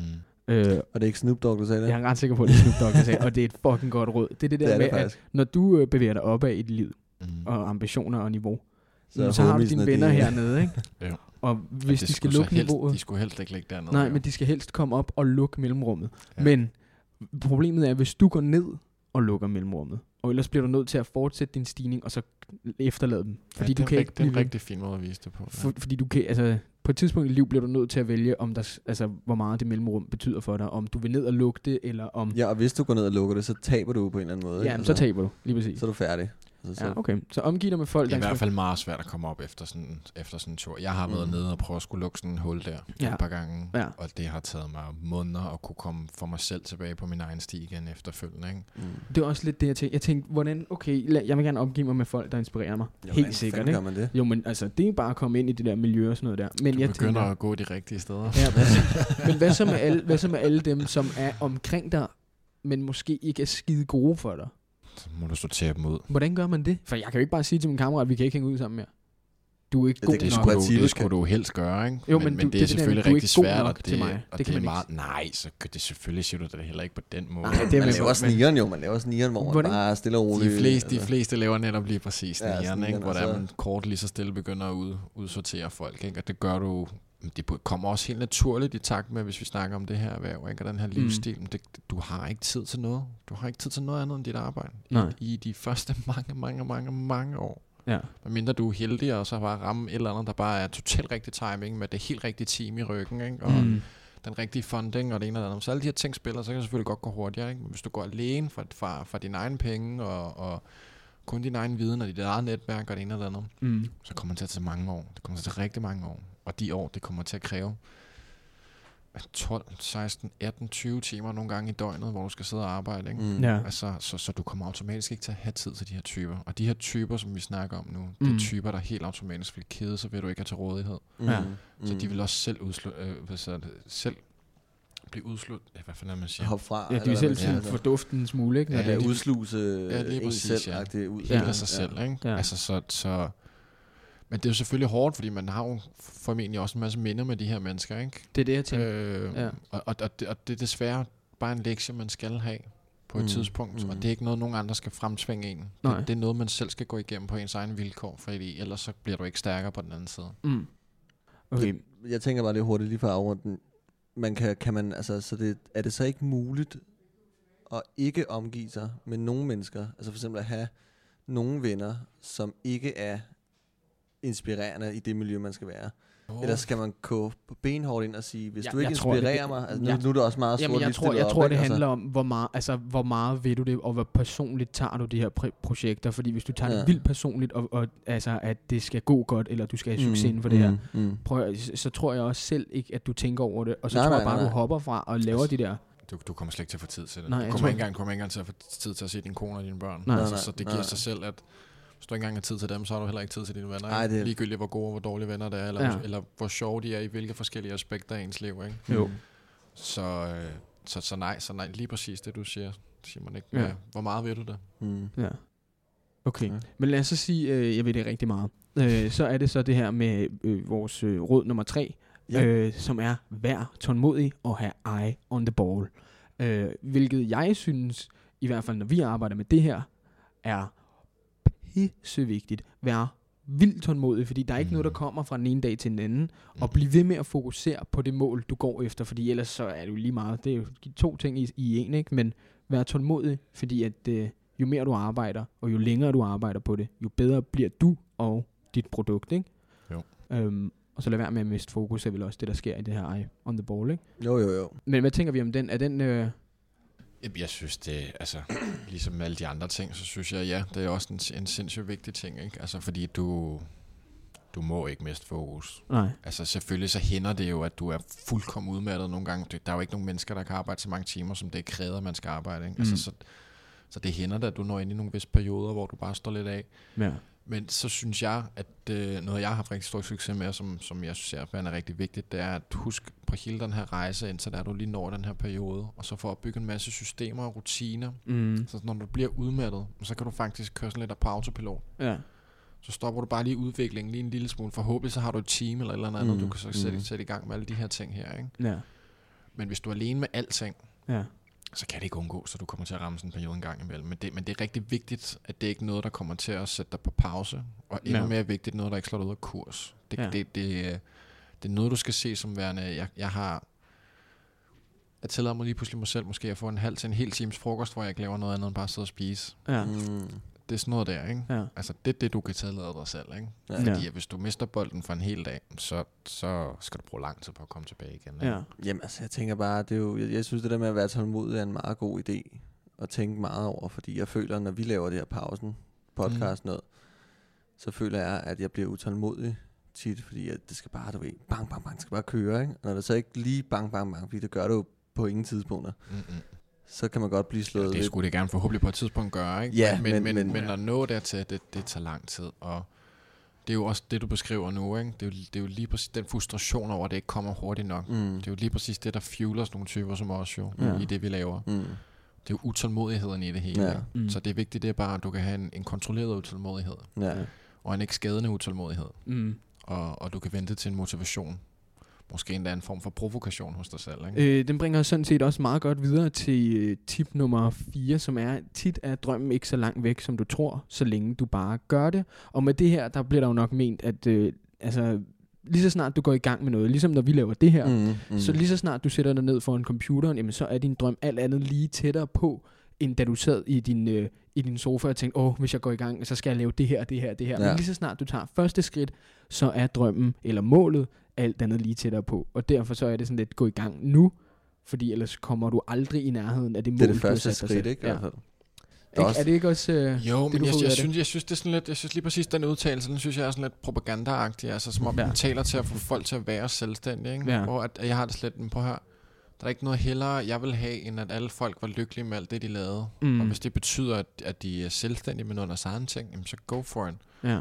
S2: Øh,
S4: og det er ikke Snoop Dogg, der sagde det?
S2: Jeg er ret sikker på, at det er Snoop Dogg, der sagde, og det er et fucking godt råd. Det er det der
S4: det er
S2: med,
S4: det
S2: at når du øh, bevæger dig opad i dit liv,
S3: Mm.
S2: og ambitioner og niveau,
S4: Så,
S2: så, så har du dine venner
S4: de,
S2: hernede, ikke?
S3: Jo.
S2: Og hvis
S3: det
S2: de skal
S3: skulle
S2: lukke
S3: så helst,
S2: niveauet...
S3: De skulle helst ikke ligge dernede.
S2: Nej,
S3: jo.
S2: men de skal helst komme op og lukke mellemrummet.
S3: Ja.
S2: Men problemet er, hvis du går ned og lukker mellemrummet, og ellers bliver du nødt til at fortsætte din stigning, og så efterlade dem. Fordi
S3: ja,
S2: du
S3: det
S2: kan
S3: er
S2: ikke
S3: rigt, det er en
S2: blive ved.
S3: rigtig fin måde at vise det på. Ja.
S2: For, fordi du kan, altså, på et tidspunkt i liv bliver du nødt til at vælge, om der, s- altså, hvor meget det mellemrum betyder for dig. Om du vil ned og lukke det, eller om...
S4: Ja, og hvis du går ned og lukker det, så taber du på en eller anden måde.
S2: Ja,
S4: ikke?
S2: men så taber du, lige præcis.
S4: Så er du færdig. Altså, så,
S2: Ja, okay. Så omgiv dig med folk,
S3: Det er i
S2: der
S3: hvert fald meget svært at komme op efter sådan, efter sådan en tur. Jeg har været
S4: Mm.
S3: nede og prøvet at skulle lukke sådan en hul der
S2: Ja.
S3: et par gange.
S2: Ja.
S3: Og det har taget mig måneder at kunne komme for mig selv tilbage på min egen sti igen efterfølgende. Ikke?
S4: mm.
S2: Det er også lidt det, jeg tænkte. Jeg tænkte, hvordan, okay, lad, jeg vil gerne omgive mig med folk, der inspirerer mig.
S4: Jo, hvordan
S2: Helt sikkert,
S4: fanden
S2: ikke?
S4: gør man det?
S2: Jo, men altså, det er bare at komme ind i det der miljø og sådan noget der. Men
S3: Du
S2: jeg
S3: begynder
S2: tænker,
S3: at gå de rigtige steder.
S2: ja, præcis. Men hvad så, med alle, hvad så med alle dem, som er omkring dig, men måske ikke er skide gode for dig?
S3: Så må du sortere dem ud.
S2: Hvordan gør man det? For jeg kan jo ikke bare sige til min kammerat, at vi kan ikke hænge ud sammen mere. Du er ikke
S4: Ja,
S2: god
S4: det kan
S3: Det
S2: nok.
S3: skulle,
S4: godt
S3: du,
S4: sige,
S3: det
S4: du
S3: skulle du helst gøre, ikke?
S2: Jo,
S3: men,
S2: men
S3: men
S2: du-
S3: det er
S2: det er det der,
S3: selvfølgelig
S2: du er
S3: rigtig
S2: ikke god
S3: svært,
S2: nok
S3: og
S2: til
S3: det,
S2: mig.
S3: og
S2: Det
S3: det,
S2: kan
S3: er
S2: man
S3: meget... Nej, så gør det selvfølgelig siger du det heller ikke på den måde.
S2: Nej, det er
S4: Man
S2: med
S4: laver
S2: på, men-
S4: snigeren jo, man laver snigeren, hvor man
S2: Hvordan?
S4: bare er stille og roligt.
S3: De fleste, de
S4: altså.
S3: fleste laver netop lige præcis
S4: Ja,
S3: snigeren, ikke?
S4: snigeren,
S3: Hvor
S4: og
S3: der
S4: så-
S3: man kort lige så stille begynder at ud, udsortere folk. Ikke? Og det gør du... Det kommer også helt naturligt i takt med, hvis vi snakker om det her erhverv, ikke? Og den her livsstil. Mm. Det, du har ikke tid til noget. Du har ikke tid til noget andet end dit arbejde.
S2: Nej.
S3: I, I de første mange, mange, mange, mange år.
S2: Ja.
S3: Medmindre du er heldig, og så bare ramme et eller andet, der bare er totalt rigtig timing, med det helt rigtige team i ryggen, ikke? Og
S2: Mm.
S3: den rigtige funding, og det ene eller andet. Så alle de her ting spiller, så kan det selvfølgelig godt gå hurtigere, ikke? Men hvis du går alene for, for, for dine egne penge, og, og kun din egen viden, og dit eget netværk, og det ene eller andet,
S2: Mm.
S3: så kommer det til at tage mange år. Det kommer til at tage rigtig mange år. Og de år, det kommer til at kræve tolv, seksten, atten, tyve timer nogle gange i døgnet, hvor du skal sidde og arbejde, ikke?
S4: Mm.
S2: Ja.
S3: Altså, så, så du kommer automatisk ikke til at have tid til de her typer. Og de her typer, som vi snakker om nu, mm. det
S2: Mm.
S3: er typer, der helt automatisk vil kede, så vil du ikke have til rådighed.
S4: Mm.
S2: Ja.
S4: Mm.
S3: Så de vil også selv, udslu- øh, hvad så det, selv blive udslut. Ja, hvad fanden er man siger?
S4: Hop fra.
S2: Ja, de
S4: eller
S2: vil selv
S4: hvad man
S2: sådan
S4: siger.
S2: få duften en smule, ikke? Når
S3: Ja,
S2: det er
S4: Ja,
S2: de-
S4: udsluse
S3: Ja, lige
S4: en
S3: præcis,
S4: selv
S3: ja.
S4: ja. ud.
S3: Helt
S2: Ja.
S3: af sig selv, ikke?
S2: Ja.
S3: Altså, så, så, men det er jo selvfølgelig hårdt, fordi man har jo formentlig også en masse minder med de her mennesker, ikke?
S2: Det er det, jeg tænker.
S3: Øh,
S2: Ja.
S3: og, og, og, det, og det er desværre bare en lektie, man skal have på et
S4: Mm,
S3: tidspunkt,
S4: mm.
S3: og det er ikke noget, nogen andre skal fremtvinge en.
S2: Nej.
S3: Det, det er noget, man selv skal gå igennem på ens egen vilkår, fordi ellers så bliver du ikke stærkere på den anden side.
S2: Mm. Okay.
S4: Jeg tænker bare lidt hurtigt lige for afrunden. Man kan, kan man, altså, så det, er det så ikke muligt at ikke omgive sig med nogle mennesker? Altså for eksempel at have nogle venner, som ikke er inspirerende i det miljø, man skal være. Oh. Eller skal man gå benhårdt ind og sige, hvis
S2: Ja,
S4: du ikke
S2: jeg tror,
S4: inspirerer
S2: det-
S4: mig, altså nu,
S2: jeg-
S4: nu er det også meget
S2: Jamen,
S4: sort
S2: jeg
S4: lige
S2: tror,
S4: stillet
S2: jeg
S4: op,
S2: tror det
S4: ikke?
S2: handler om, hvor meget, altså, hvor meget ved du det, og hvor personligt tager du de her pr- projekter. Fordi hvis du tager ja.
S4: Ja.
S2: det vildt personligt, og, og altså, at det skal gå godt, eller du skal have succes inden for det
S4: mm,
S2: her,
S4: Mm.
S2: prøv, at- så, så tror jeg også selv ikke, at du tænker over det. Og så
S4: Nej,
S2: tror
S4: nej,
S2: jeg bare,
S4: nej,
S2: du
S4: nej.
S2: hopper fra og laver de der...
S3: Du, du kommer slet ikke til at få tid til det.
S2: Nej,
S3: du
S2: jeg
S3: kommer
S2: tror-
S3: ikke engang, kommer ikke engang til at få tid til at se din kone og dine børn.
S2: Nej.
S3: altså,
S4: Nej,
S3: så det
S4: nej,
S3: giver
S4: nej.
S3: sig selv, at hvis du ikke engang har tid til dem, så har du heller ikke tid til dine venner.
S4: Nej,
S3: Ikke?
S4: det-
S3: Ligegyldigt hvor gode og hvor dårlige venner det er, eller,
S2: Ja.
S3: ja. eller hvor sjove de er i hvilke forskellige aspekter af ens liv. Ikke?
S2: Jo.
S3: Så, øh, så, så nej, så nej, lige præcis det du siger, siger man ikke.
S2: Ja.
S3: Ja. Hvor meget ved du det?
S4: Mm.
S2: Ja. Okay.
S4: Ja.
S2: Men lad os så sige, øh, jeg ved det rigtig meget. Øh, så er det så det her med øh, vores øh, råd nummer tre,
S4: Ja.
S2: øh, som er, vær tålmodig og have eye on the ball. Øh, hvilket jeg synes, i hvert fald når vi arbejder med det her, er pissevigtigt. Vær vildt tålmodig, fordi der er ikke
S3: Mm.
S2: noget, der kommer fra den ene dag til den anden. Og bliv ved med at fokusere på det mål, du går efter, fordi ellers så er det jo lige meget. Det er jo de to ting i, i en, ikke? Men vær tålmodig, fordi at øh, jo mere du arbejder, og jo længere du arbejder på det, jo bedre bliver du og dit produkt, ikke?
S3: Jo.
S2: Øhm, og så lad være med at miste fokus, er vel også det, der sker i det her eye on the ball, ikke?
S4: Jo, jo, jo.
S2: Men hvad tænker vi om den? Er den... Øh,
S3: Jamen, Jeg synes det, altså, ligesom med alle de andre ting, så synes jeg, ja, det er også en, en sindssygt vigtig ting, ikke? Altså, fordi du, du må ikke miste fokus.
S2: nej.
S3: Altså, selvfølgelig så hænder det jo, at du er fuldkommen udmattet nogle gange. Der er jo ikke nogen mennesker, der kan arbejde så mange timer, som det er krævet, at man skal arbejde, ikke?
S2: Mm.
S3: Altså, så, så det hænder da, at du når ind i nogle visse perioder, hvor du bare står lidt af.
S2: Ja.
S3: Men så synes jeg, at øh, noget, jeg har haft rigtig stor succes med, som, som jeg synes er, er rigtig vigtigt, det er at huske på hele den her rejse, indtil der du lige når den her periode, og så for at bygge en masse systemer og rutiner,
S2: Mm.
S3: så når du bliver udmattet, så kan du faktisk køre sådan lidt af på autopilot.
S2: Ja.
S3: Så stopper du bare lige udviklingen lige en lille smule. Forhåbentlig så har du et team eller et eller andet,
S4: Mm,
S3: du kan så sætte,
S4: mm.
S3: sætte i gang med alle de her ting her, ikke?
S2: Ja.
S3: men hvis du er alene med alting,
S2: Ja.
S3: så kan det ikke undgå, så du kommer til at ramme sådan en periode en gang imellem. Men det, men det er rigtig vigtigt, at det ikke er noget, der kommer til at sætte dig på pause, og endnu
S2: Ja.
S3: mere vigtigt, noget, der ikke slår dig ud af kurs. Det,
S2: Ja.
S3: det, det, det er noget, du skal se som værende, jeg, jeg har, jeg tillader mig lige pludselig mig selv måske at få en halv til en hel times frokost, hvor jeg ikke laver noget andet end bare sidde og spise.
S2: Ja.
S4: Mm.
S3: Det er sådan noget der, ikke?
S2: Ja.
S3: Altså, det er det, du kan tillade dig selv, ikke?
S4: Ja.
S3: Fordi
S2: Ja.
S3: at hvis du mister bolden for en hel dag, så, så skal du bruge lang tid på at komme tilbage igen. Ikke?
S2: Ja.
S4: Jamen altså, jeg tænker bare, det er jo, jeg, jeg synes det der med at være tålmodig er en meget god idé at tænke meget over, fordi jeg føler, når vi laver det her pausen, podcast mm. noget, så føler jeg, at jeg bliver utålmodig tit, fordi at det skal bare, du ved, bang, bang, bang, det skal bare køre, ikke? Og når det så ikke lige bang, bang, bang, fordi det gør det jo på ingen tidspunkter,
S3: Mm-mm.
S4: så kan man godt blive slået
S3: Ja, det
S4: lidt.
S3: skulle det gerne forhåbentlig på et tidspunkt gøre, ikke?
S4: Ja,
S3: men, men,
S4: men-
S3: men,
S4: men-
S3: men at nå dertil, det, det tager lang tid, og det er jo også det, du beskriver nu, ikke? Det er jo, det er jo lige præcis den frustration over, at det ikke kommer hurtigt nok.
S4: Mm.
S3: Det er jo lige præcis det, der fueler sådan nogle typer som os jo,
S2: Ja.
S3: i det, vi laver.
S4: Mm.
S3: Det er jo utålmodigheden i det hele.
S4: Ja.
S3: ikke?
S2: Mm.
S3: Så det er vigtigt, det er bare, at du kan have en, en kontrolleret utålmodighed,
S4: Ja.
S3: og en ikke skadende utålmodighed,
S2: Mm.
S3: og, og du kan vente til en motivation. Måske endda en form for provokation hos dig selv, ikke?
S2: Øh, den bringer os sådan set også meget godt videre til øh, tip nummer fire, som er, tit er drømmen ikke så langt væk, som du tror, så længe du bare gør det. Og med det her, der bliver der jo nok ment, at øh, altså, lige så snart du går i gang med noget, ligesom når vi laver det her,
S4: Mm. Mm.
S2: så lige så snart du sætter dig ned foran computeren, jamen, så er din drøm alt andet lige tættere på, end da du sad i din, øh, i din sofa og tænkte, åh, hvis jeg går i gang, så skal jeg lave det her, det her, det her.
S4: Ja.
S2: Men lige så snart du tager første skridt, så er drømmen eller målet alt andet lige tættere på. Og derfor så er det sådan lidt, gå i gang nu, fordi ellers kommer du aldrig i nærheden af det mål,
S4: det er det
S2: du har
S4: første
S2: sat dig
S4: skridt,
S2: selv.
S4: ikke? I
S2: Ja.
S4: hvert fald.
S2: Ikke,
S4: også-
S2: er det ikke også øh,
S3: Jo,
S2: det,
S3: men
S2: du
S3: jeg,
S2: får ud
S3: jeg,
S2: af det?
S3: synes, jeg synes, det er sådan lidt, jeg synes lige præcis den udtalelse, den synes jeg er sådan lidt propagandaagtig, altså som om
S2: Ja.
S3: ja. man taler til at få folk til at være selvstændige, ikke?
S2: Ja.
S3: Hvor at, at jeg har det slet, men prøv at høre, der er ikke noget hellere, jeg vil have, end at alle folk var lykkelige med alt det, de lavede.
S2: Mm.
S3: Og hvis det betyder, at, at de er selvstændige med noget af deres egen ting, jamen, så go for it.
S2: Ja.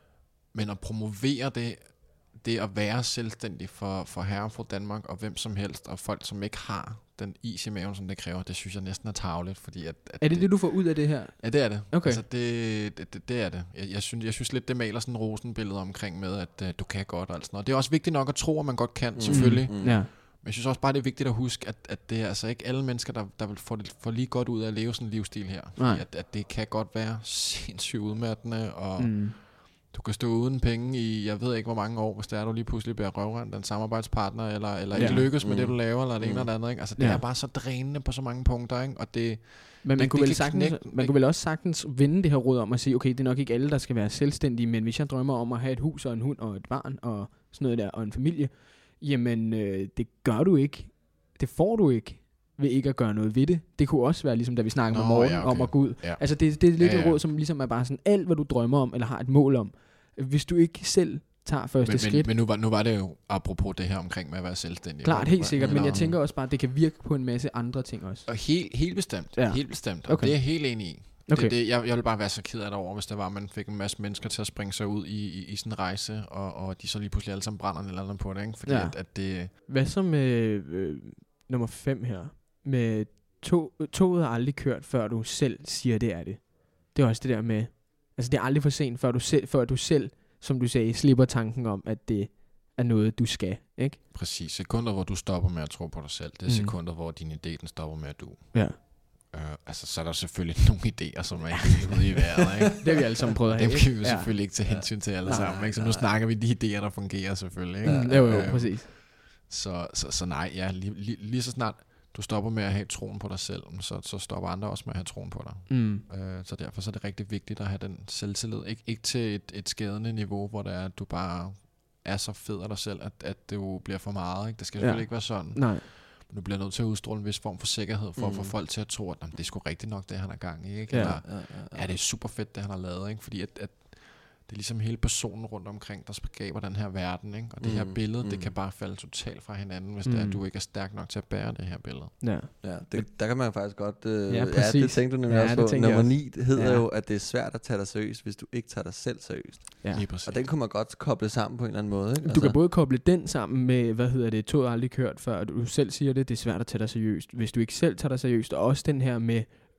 S3: Men at promovere det, det at være selvstændig for, for herre og fru Danmark, og hvem som helst, og folk, som ikke har den is i maven, som det kræver, det synes jeg næsten er tarveligt, fordi at, at
S2: Er det det, du får ud af det her?
S3: Ja, det er det.
S2: Okay.
S3: Altså, det, det, det, det er det. Jeg, jeg, synes, jeg synes lidt, det maler sådan en rosenbillede omkring med, at uh, du kan godt og alt sådan noget. Det er også vigtigt nok at tro, at man godt kan, mm. selvfølgelig.
S4: Mm.
S2: Mm. Ja.
S3: Men jeg synes også bare, det er vigtigt at huske, at, at det er altså ikke alle mennesker, der, der vil få, det, få lige godt ud af at leve sådan en livsstil her.
S2: Nej.
S3: Fordi at, at det kan godt være sindssygt udmattende, og
S2: Mm.
S3: du kan stå uden penge i, jeg ved ikke hvor mange år, hvis det er, du lige pludselig bliver røvrendt af en samarbejdspartner, eller, eller
S2: Ja.
S3: ikke lykkes med
S4: Mm.
S3: det, du laver, eller det
S4: Mm.
S3: ene eller det andet. Ikke? Altså, det
S2: Ja.
S3: er bare så drænende på så mange punkter, ikke? Og det...
S2: Men man,
S3: Det-
S2: kunne,
S3: det
S2: vel
S3: kan
S2: sagtens,
S3: knække-
S2: man kunne vel også sagtens vende det her råd om at sige, okay, det er nok ikke alle, der skal være selvstændige, men hvis jeg drømmer om at have et hus og en hund og et barn og sådan noget der, og en familie, jamen øh, det gør du ikke. Det får du ikke ved ikke at gøre noget ved det. Det kunne også være ligesom da vi snakkede
S3: Nå,
S2: med Morten
S3: ja, okay.
S2: om at gå ud.
S3: Ja.
S2: Altså det, det er lidt
S3: Ja,
S2: et
S3: ja.
S2: råd, som ligesom er bare sådan, alt hvad du drømmer om, eller har et mål om, hvis du ikke selv tager første
S3: Men,
S2: skridt,
S3: men, men nu, var, nu var det jo apropos det her omkring med at være selvstændig.
S2: klart, helt sikkert, men
S3: Nå.
S2: jeg tænker også bare, at det kan virke på en masse andre ting også.
S3: Og helt, helt bestemt,
S2: Ja.
S3: ja. helt bestemt. Og
S2: Okay.
S3: det er jeg helt enig i.
S2: Okay.
S3: Det, det, jeg, jeg ville bare være så ked af det over, hvis der var, at man fik en masse mennesker til at springe sig ud i, i, i sådan en rejse, og, og de så lige pludselig alle sammen brænder en eller andet på det, ikke? Fordi
S2: Ja.
S3: ja. at, at det...
S2: Hvad så med øh, nummer fem her? Med tog, toget er aldrig kørt, før du selv siger, det er det. Det er også det der med, altså det er aldrig for sent, før du selv, før du selv som du sagde, slipper tanken om, at det er noget, du skal, ikke?
S3: Præcis. Sekunder, hvor du stopper med at tro på dig selv. Det er
S2: Mm.
S3: sekunder, hvor din idé, den stopper med at du.
S2: Ja.
S3: Øh, altså, så er der selvfølgelig nogle idéer, som er helt ude i vejret, ikke?
S2: Det har vi alle sammen prøvet at
S3: Dem
S2: have.
S3: kan vi jo
S2: Ja.
S3: selvfølgelig ikke tage hensyn til alle
S2: Nej,
S3: sammen, ikke? Så nu
S4: nej.
S3: snakker vi de idéer, der fungerer selvfølgelig, ikke?
S2: Mm, jo, jo,
S3: Øh,
S2: præcis.
S3: Så, så, så nej, ja, lige, lige, lige så snart du stopper med at have troen på dig selv, så, så stopper andre også med at have troen på dig.
S2: Mm.
S3: Øh, så derfor så er det rigtig vigtigt at have den selvtillid. Ik- ikke til et, et skadende niveau, hvor det er, at du bare er så fed af dig selv, at, at det jo bliver for meget. Ikke? Det skal selvfølgelig
S2: Ja.
S3: ikke være sådan.
S2: Nej.
S3: Men du bliver nødt til at udstråle en vis form for sikkerhed, for mm. at få
S4: Mm.
S3: folk til at tro, at det er sgu rigtigt nok, det han er gang i. Ikke?
S2: Ja.
S3: Eller,
S4: Ja, ja,
S3: ja, det er super fedt, det han har lavet. Ikke? Fordi at, at det er ligesom hele personen rundt omkring, der skaber den her verden. Ikke? Og det her
S4: Mm,
S3: billede,
S4: mm.
S3: det kan bare falde totalt fra hinanden, hvis
S2: Mm.
S3: det er, at du ikke er stærk nok til at bære det her billede.
S2: Ja.
S4: Ja, det, der kan man faktisk godt... Øh,
S2: Ja,
S4: ja, det
S2: præcis.
S4: tænkte du nemlig
S2: Ja,
S4: også
S2: det
S4: på.
S2: tænker jeg
S4: Nummer
S2: også.
S4: ni det hedder
S2: Ja.
S4: jo, at det er svært at tage dig seriøst, hvis du ikke tager dig selv seriøst.
S2: Ja.
S3: Lige præcis.
S4: Og den kunne man godt koble sammen på en eller anden måde. Ikke?
S2: Du kan både koble den sammen med, hvad hedder det, toget er aldrig kørt, før du selv siger det, det er svært at tage dig seriøst. Hvis du ikke selv tager dig seriøst, og også den her med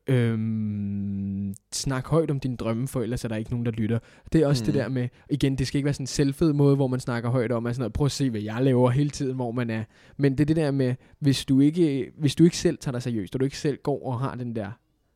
S2: Øhm, snak højt om dine drømme, for ellers er der ikke nogen, der lytter. Det er også mm. det der med, igen, det skal ikke være sådan en selvfed måde, hvor man snakker højt om, altså noget, prøv at se, hvad jeg laver hele tiden, hvor man er. Men det er det der med, hvis du ikke, hvis du ikke selv tager dig seriøst, og du ikke selv går og har den der,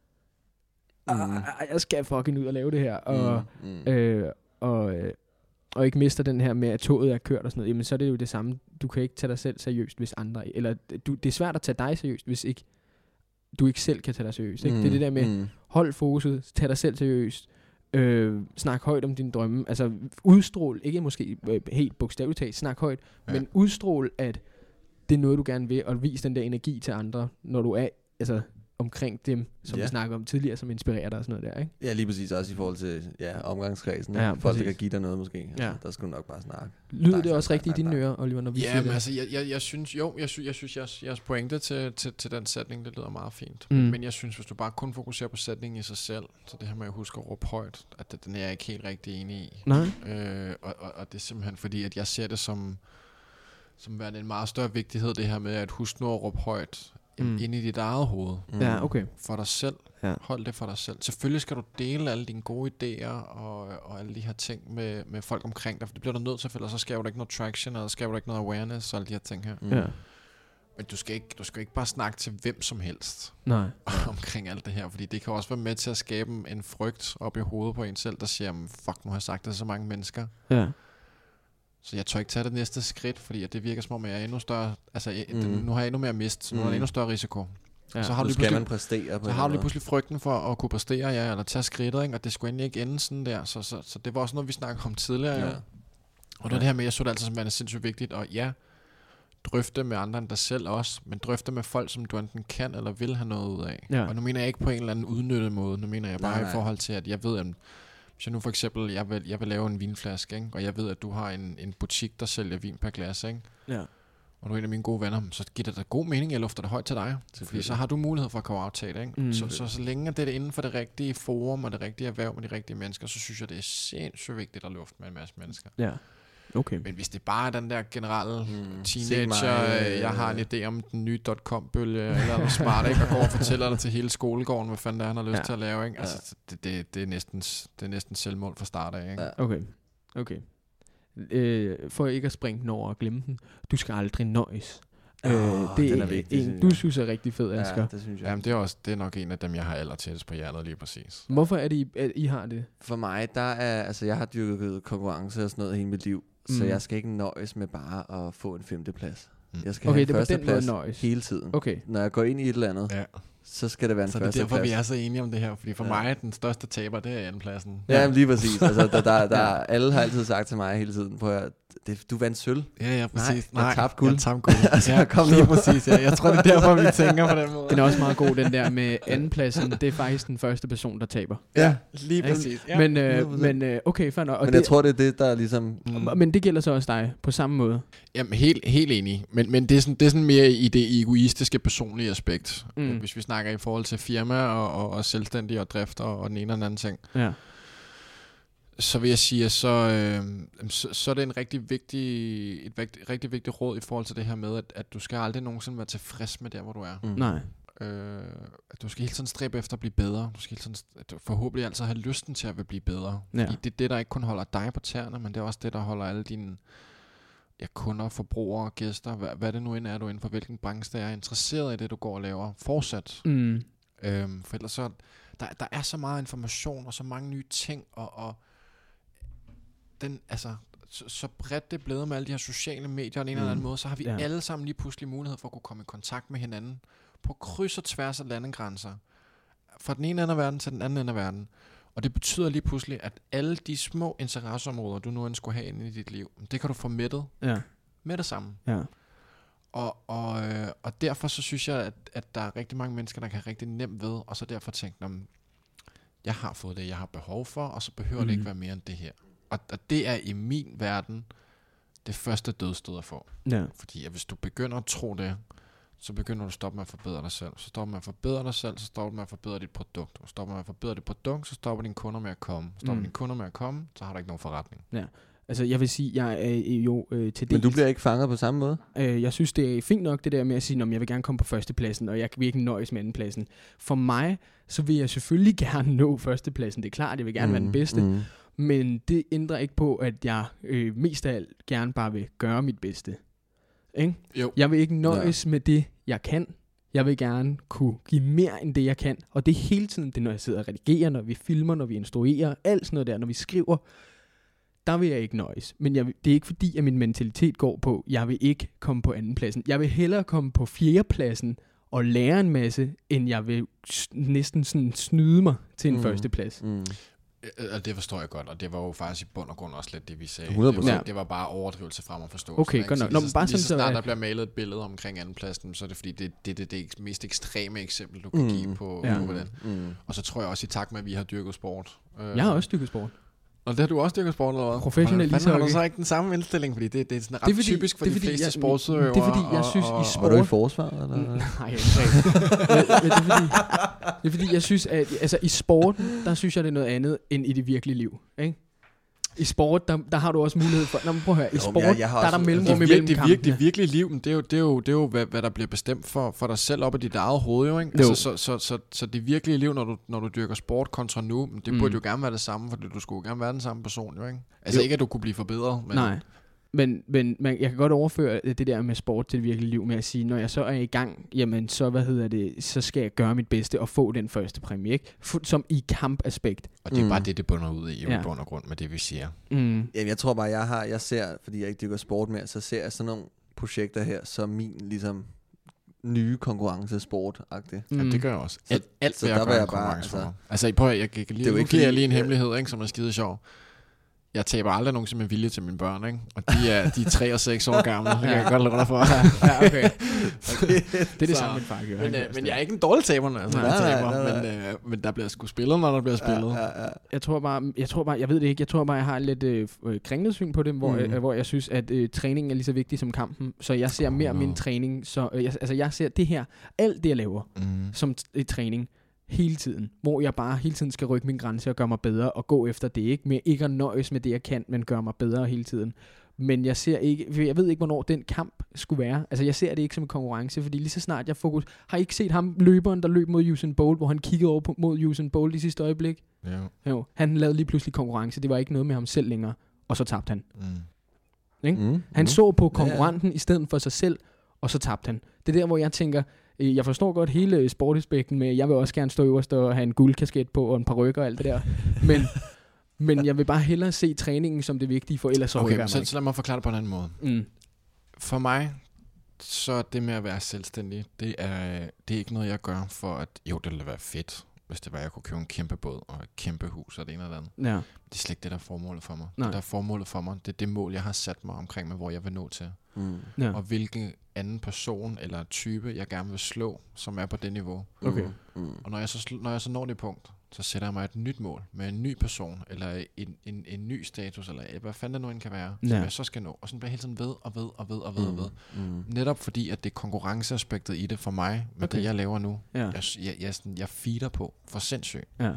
S2: mm. jeg skal fucking ud og lave det her, og, mm. Mm. Øh, og, øh, og ikke mister den her med, at toget er kørt og sådan noget, jamen så er det jo det samme. Du kan ikke tage dig selv seriøst, hvis andre, eller du, det er svært at tage dig seriøst, hvis ikke du ikke selv kan tage dig seriøst. Ikke? Mm. Det er det der med, mm. hold fokuset, tag dig selv seriøst, øh, snak højt om dine drømme, altså udstrål, ikke måske øh, helt bogstaveligt talt, snak højt, ja. Men udstrål, at det er noget, du gerne vil, og vis den der energi til andre, når du er altså omkring dem, som ja. vi snakkede om tidligere, som inspirerer dig og sådan noget der, ikke?
S4: Ja, lige præcis, også i forhold til ja, omgangskredsen. Ja, folk, der kan give dig noget måske. Altså, ja. Der skulle du nok bare snakke.
S2: Lyder det også rigtigt i dine ører, Oliver, når vi
S3: ja,
S2: siger
S3: men
S2: det?
S3: altså, jeg, jeg, jeg synes, jo, jeg synes, jeg synes, jeres, jeres pointe til, til, til den sætning, det lyder meget fint. Mm. Men jeg synes, hvis du bare kun fokuserer på sætningen i sig selv, så det her med at huske at råbe højt, at det, den er jeg ikke helt rigtig enig i.
S2: Nej.
S3: Øh, og, og, og det er simpelthen fordi, at jeg ser det som, som værende en meget større vigtighed, det her med at huske nu at råbe højt, Mm. ind i dit eget hoved.
S2: Mm. Ja, okay.
S3: For dig selv. Ja. Hold det for dig selv. Selvfølgelig skal du dele alle dine gode idéer og, og alle de her ting med, med folk omkring dig, for det bliver du nødt til, for ellers så skaber du ikke noget traction, eller skaber du ikke noget awareness og alle de her ting her.
S2: Mm. Ja.
S3: Men du skal, ikke, du skal ikke bare snakke til hvem som helst.
S2: Nej.
S3: omkring alt det her, fordi det kan også være med til at skabe en frygt op i hovedet på en selv, der siger, fuck, nu har jeg sagt det til så mange mennesker.
S2: Ja.
S3: Så jeg tør ikke tage det næste skridt, fordi at det virker som om, jeg er endnu større, altså jeg, mm. nu har jeg endnu mere mist, så nu mm. er der endnu større risiko.
S4: Ja. Så har du skal man præstere på
S3: Så har du pludselig frygten for at kunne præstere, ja, eller tage skridtet, ikke? Og det skulle endelig ikke ende sådan der, så, så, så det var også noget, vi snakkede om tidligere, ja. Jo. Og det er det her med, jeg så det altid som er sindssygt vigtigt, og ja, drøfte med andre end dig selv også, men drøfte med folk, som du enten kan eller vil have noget ud af. Ja. Og nu mener jeg ikke på en eller anden udnyttet måde, nu mener jeg bare nej, nej. i forhold til, at jeg ved, at hvis jeg nu for eksempel, jeg vil, jeg vil lave en vinflaske, ikke? Og jeg ved, at du har en, en butik, der sælger vin per glas, ikke?
S2: Ja.
S3: Og du er en af mine gode venner, så giver det da god mening, at jeg lufter det højt til dig. Fordi så har du mulighed for at komme aftale, ikke? Mm. Så, så, så længe det er inden for det rigtige forum og det rigtige erhverv med de rigtige mennesker, så synes jeg, det er sindssygt vigtigt at lufte med en masse mennesker.
S2: Ja. Okay.
S3: Men hvis det bare er den der generelle mm. teenager, mig, jeg har en idé om den nye dot-com-bølge, eller noget smart, ikke? Og går og fortæller det til hele skolegården, hvad fanden der han har lyst ja. til at lave, ikke? Altså, det, det, det, er næsten, det er næsten selvmål fra start af, ikke?
S2: Ja. Okay, okay. Øh, for ikke at springe den over og glemme den, du skal aldrig nøjes. Oh, øh, det er, er vigtig, en, du synes er rigtig fed, Asger.
S4: Ja, det synes jeg.
S3: Jamen, det er, også, det er nok en af dem, jeg har allertættest på hjertet lige præcis.
S2: Hvorfor er det, I, at I har det?
S4: For mig, der er, altså jeg har dyrket konkurrence og sådan noget hele mit liv, mm. så jeg skal ikke nøjes med bare at få en femteplads. Mm. Jeg skal
S2: okay,
S4: have en førsteplads hele tiden.
S2: Okay.
S4: Når jeg går ind i et eller andet, ja. så skal det være en
S3: så
S4: førsteplads.
S3: Så det er derfor, vi er så enige om det her, fordi for ja. mig den største taber, det er andenpladsen.
S4: Ja, ja. lige præcis. Altså, der, der, der, alle har altid sagt til mig hele tiden, på at det, du vandt sølv.
S3: Ja, ja, præcis.
S4: Nej, jeg tabte guld.
S3: Jeg tabte guld.
S4: altså,
S3: ja,
S4: kom
S3: lige præcis. Ja. Jeg tror, det er derfor, vi tænker på den måde.
S2: Den er også meget god, den der med andenpladsen. Det er faktisk den første person, der taber.
S3: Ja, lige præcis. Ja.
S2: Men, øh, men øh, okay, fair nok.
S4: Men jeg det, tror, det er det, der ligesom...
S2: Mm. Men det gælder så også dig, på samme måde.
S3: Jamen, helt, helt enig. Men, men det, er sådan, det er sådan mere i det egoistiske, personlige aspekt. Mm. Hvis vi snakker i forhold til firma og, og, og selvstændige og drift og, og den ene og den anden ting.
S2: Ja.
S3: Så vil jeg sige, at så, øh, så, så er det en rigtig vigtig, et vigt, rigtig vigtigt råd i forhold til det her med, at, at du skal aldrig nogensinde være tilfreds med der, hvor du er.
S2: Mm. Nej.
S3: Øh, at du skal hele tiden stræbe efter at blive bedre. Du skal hele tiden, at du forhåbentlig altid have lysten til at blive bedre. Ja. Fordi det er det, der ikke kun holder dig på tæerne, men det er også det, der holder alle dine ja, kunder, forbrugere, gæster, hvad, hvad det nu end er, du inden for hvilken branche der er interesseret i det, du går og laver. Fortsat.
S2: Mm.
S3: Øh, for ellers så, der, der er så meget information og så mange nye ting, og, og den, altså, så, så bredt det er blevet med alle de her sociale medier, og en mm. eller anden måde, så har vi ja. alle sammen lige pludselig mulighed for at kunne komme i kontakt med hinanden på kryds og tværs af landegrænser. Fra den ene ende af verden til den anden ende af verden. Og det betyder lige pludselig, at alle de små interesseområder, du nu end skulle have inde i dit liv, det kan du få mættet
S2: ja.
S3: med det samme.
S2: Ja.
S3: Og, og, øh, og derfor så synes jeg, at, at der er rigtig mange mennesker, der kan have rigtig nemt ved, og så derfor tænke, jeg har fået det, jeg har behov for, og så behøver mm. det ikke være mere end det her. Og, og det er i min verden det første dødsstød at få.
S2: Ja.
S3: Fordi at hvis du begynder at tro det, så begynder du at stoppe med at forbedre dig selv. Så stopper du med at forbedre dig selv, så stopper du med at forbedre dit produkt. Og stopper med at forbedre dit produkt, så stopper dine kunder med at komme. Så stopper mm. dine kunder med at komme, så har du ikke nogen forretning.
S2: Ja. Altså, jeg vil sige, jeg er jo øh, til det.
S4: Men du bliver ikke fanget på samme måde?
S2: Øh, jeg synes, det er fint nok, det der med at sige, at jeg vil gerne komme på førstepladsen, og jeg vil ikke nøjes med andenpladsen. For mig, så vil jeg selvfølgelig gerne nå førstepladsen. Det er klart, jeg vil gerne mm, være den bedste. Mm. Men det ændrer ikke på, at jeg øh, mest af alt gerne bare vil gøre mit bedste. Ikke?
S3: Jo.
S2: Jeg vil ikke nøjes ja. med det, jeg kan. Jeg vil gerne kunne give mere end det, jeg kan. Og det er hele tiden det, når jeg sidder og redigerer, når vi filmer, når vi instruerer, alt sådan noget der, når vi skriver. Der vil jeg ikke nøjes. Men jeg vil, det er ikke fordi, at min mentalitet går på, jeg vil ikke komme på andenpladsen. Jeg vil hellere komme på fjerdepladsen og lære en masse, end jeg vil næsten sådan snyde mig til en mm. førsteplads. Mm.
S3: Det forstår jeg godt, og det var jo faktisk i bund og grund også lidt det, vi sagde.
S4: hundrede procent.
S3: Det var, det var bare overdrivelse frem og forståelse.
S2: Okay, godt nok. Nå,
S3: lige så,
S2: bare
S3: lige så
S2: sådan,
S3: snart
S2: så,
S3: der bliver malet et billede omkring andenpladsen, så er det fordi, det er det, det, det mest ekstreme eksempel, du kan
S4: mm.
S3: give på,
S2: ja.
S3: på den.
S4: Mm.
S3: Og så tror jeg også i takt med, at vi har dyrket sport.
S2: Jeg har også dyrket sport.
S3: Og det har du også dyrket sport, eller hvad?
S2: Professionel
S3: ishockey. Har du så ikke den samme indstilling? Fordi det, det er sådan ret det er fordi, typisk for de fleste jeg, sportsøvere.
S2: Det er fordi, jeg synes og, og, i sport...
S4: Var du i forsvar? Eller?
S2: Nej, ikke men, men det, er fordi, det er fordi, jeg synes, at altså, i sporten, der synes jeg, det er noget andet, end i det virkelige liv. Ikke? I sport, der, der har du også mulighed for... Nå, men prøv at høre. I sport, jo, jeg, jeg der er der mellemrum imellem
S3: kampene. Det, det virkelige liv, det er jo, det er jo, det er jo hvad, hvad der bliver bestemt for, for dig selv op i dit eget hoved. Jo, ikke? Altså, så, så, så, så det virkelige liv, når du, når du dyrker sport kontra nu, det mm. burde jo gerne være det samme, fordi du skulle gerne være den samme person. Jo, ikke? Altså jo. Ikke, at du kunne blive forbedret. Men
S2: nej. Men, men man, jeg kan godt overføre det der med sport til det virkelige liv med at sige, når jeg så er i gang, jamen så, hvad hedder det, så skal jeg gøre mit bedste og få den første præmie, ikke? F- som i kampaspekt.
S3: Og det er
S2: mm.
S3: bare det, det bunder ud i,
S2: ja.
S3: i bund og grund med det, vi siger.
S2: Mm.
S4: Jamen, jeg tror bare, jeg har, jeg ser, fordi jeg ikke dyrker sport mere, så ser jeg sådan nogle projekter her, som min, ligesom, nye konkurrencesport-agtigt.
S3: Mm. Ja, det gør jeg også. Alt, alt
S4: så
S3: hvad jeg
S4: der
S3: gør
S4: jeg
S3: bare,
S4: altså,
S3: for Altså, prøv at jeg kan lige, det er jo lige en hemmelighed, ikke, som er skide sjov. Jeg taber aldrig nogensinde med vilje til mine børn, ikke? Og de er, de er tre og seks år gamle. Det kan jeg godt lade dig for.
S2: Ja, okay. okay. Det er det så, samme, min far gør.
S3: Men, øh, men jeg er ikke en dårlig taber, altså. Nej, nej, taber, nej, nej. Men, øh, men der bliver sgu spillet, når der bliver spillet. Ja, ja, ja.
S2: Jeg tror bare, jeg tror bare, jeg ved det ikke. Jeg tror bare, jeg har lidt øh, kringlet syn på det, hvor, mm. øh, hvor jeg synes, at øh, træningen er lige så vigtig som kampen. Så jeg ser mere min træning. Så øh, jeg, altså, jeg ser det her, alt det jeg laver, mm. som t- træning. Hele tiden, hvor jeg bare hele tiden skal rykke min grænse og gøre mig bedre og gå efter det, ikke med ikke at nøjes med det jeg kan, men gøre mig bedre hele tiden. Men jeg ser ikke, jeg ved ikke hvornår den kamp skulle være. Altså jeg ser det ikke som en konkurrence, fordi lige så snart jeg fokus, har I ikke set ham løberen der løb mod Usain Bolt, hvor han kiggede over på, mod Usain Bolt i sidste øjeblik?
S3: Ja.
S2: Jo, han lavede lige pludselig konkurrence. Det var ikke noget med ham selv længere, og så tabte han. Mm. Ikke? Mm. Han mm. så på konkurrenten ja. i stedet for sig selv, og så tabte han. Det er der hvor jeg tænker, jeg forstår godt hele sportaspekten med, jeg vil også gerne stå øverst og have en guldkasket på og en par rykker og alt det der. Men, men jeg vil bare hellere se træningen som det vigtige, for ellers så
S3: okay,
S2: rykker jeg
S3: så, så lad mig forklare det på en anden måde. Mm. For mig, så det med at være selvstændig, det er, det er ikke noget, jeg gør for at, jo, det ville være fedt, hvis det var, at jeg kunne købe en kæmpe båd og et kæmpe hus og det ene eller andet. Ja. Det er slet ikke det, der er formålet for mig. Nej. Det, der er formålet for mig, det er det mål, jeg har sat mig omkring med, hvor jeg vil nå til. Mm. Ja. Og hvilken anden person eller type, jeg gerne vil slå, som er på det niveau.
S2: Okay.
S3: Mm. Og når jeg, så, når jeg så når det punkt, så sætter jeg mig et nyt mål med en ny person, eller en, en, en ny status, eller hvad fanden det nu end kan være, ja. som jeg så skal nå. Og sådan bliver jeg hele tiden ved og ved og ved og ved mm. og ved. Mm. Netop fordi, at det er konkurrenceaspektet i det for mig, med okay. det jeg laver nu, ja. jeg, jeg, jeg, sådan, jeg feeder på for sindssygt. Ja.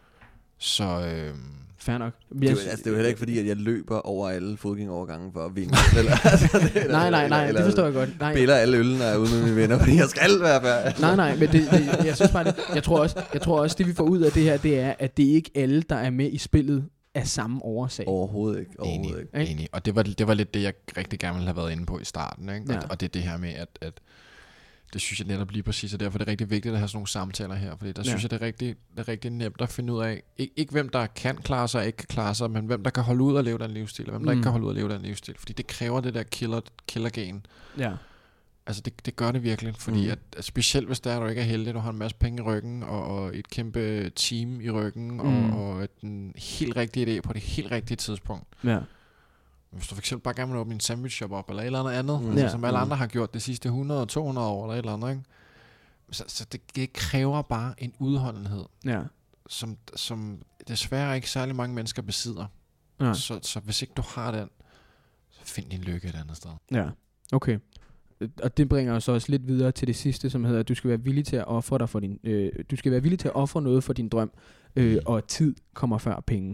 S3: Så øh,
S2: fair nok.
S4: Det er, altså, det er jo heller ikke fordi, at jeg løber over alle fodgængovergange for at vinde. eller, altså, det, eller,
S2: nej, nej, nej,
S4: eller,
S2: det forstår jeg godt. Nej.
S4: Biller alle ølene er ude med mine venner, fordi jeg skal være færdig.
S2: Nej, nej, men det, det, jeg synes bare, det, jeg tror også, jeg tror også, det vi får ud af det her, det er, at det er ikke alle, der er med i spillet af samme årsag.
S4: Overhovedet ikke. Overhovedet
S3: enig, ikke. Enig. Og det var, det var lidt det, jeg rigtig gerne ville have været inde på i starten. Ikke? Ja. Og, og det er det her med, at, at det synes jeg netop lige præcis, og derfor er det rigtig vigtigt at have sådan nogle samtaler her, fordi der ja. synes jeg, det er, rigtig, det er rigtig nemt at finde ud af, ikke, ikke hvem der kan klare sig og ikke kan klare sig, men hvem der kan holde ud og leve den livsstil, og hvem der mm. ikke kan holde ud og leve den livsstil, fordi det kræver det der killer, killergen. Ja. Altså det, det gør det virkelig, fordi mm. at, at specielt hvis der er, du ikke er heldig, du har en masse penge i ryggen, og, og et kæmpe team i ryggen, mm. og, og en helt rigtig idé på det helt rigtige tidspunkt. Ja. Hvis du for eksempel bare gerne vil åbne en sandwich shop op, eller et eller andet andet, mm. altså, ja. som alle andre har gjort de sidste hundrede og to hundrede år, eller et eller andet, ikke? Så, så det, det kræver bare en udholdenhed, ja. som, som desværre ikke særlig mange mennesker besidder. Ja. Så, så hvis ikke du har den, så find din lykke et andet sted.
S2: Ja, okay. Og det bringer os også lidt videre til det sidste, som hedder, at du skal være villig til at ofre dig for din, øh, du skal være villig til at ofre noget for din drøm, øh, og tid kommer før penge.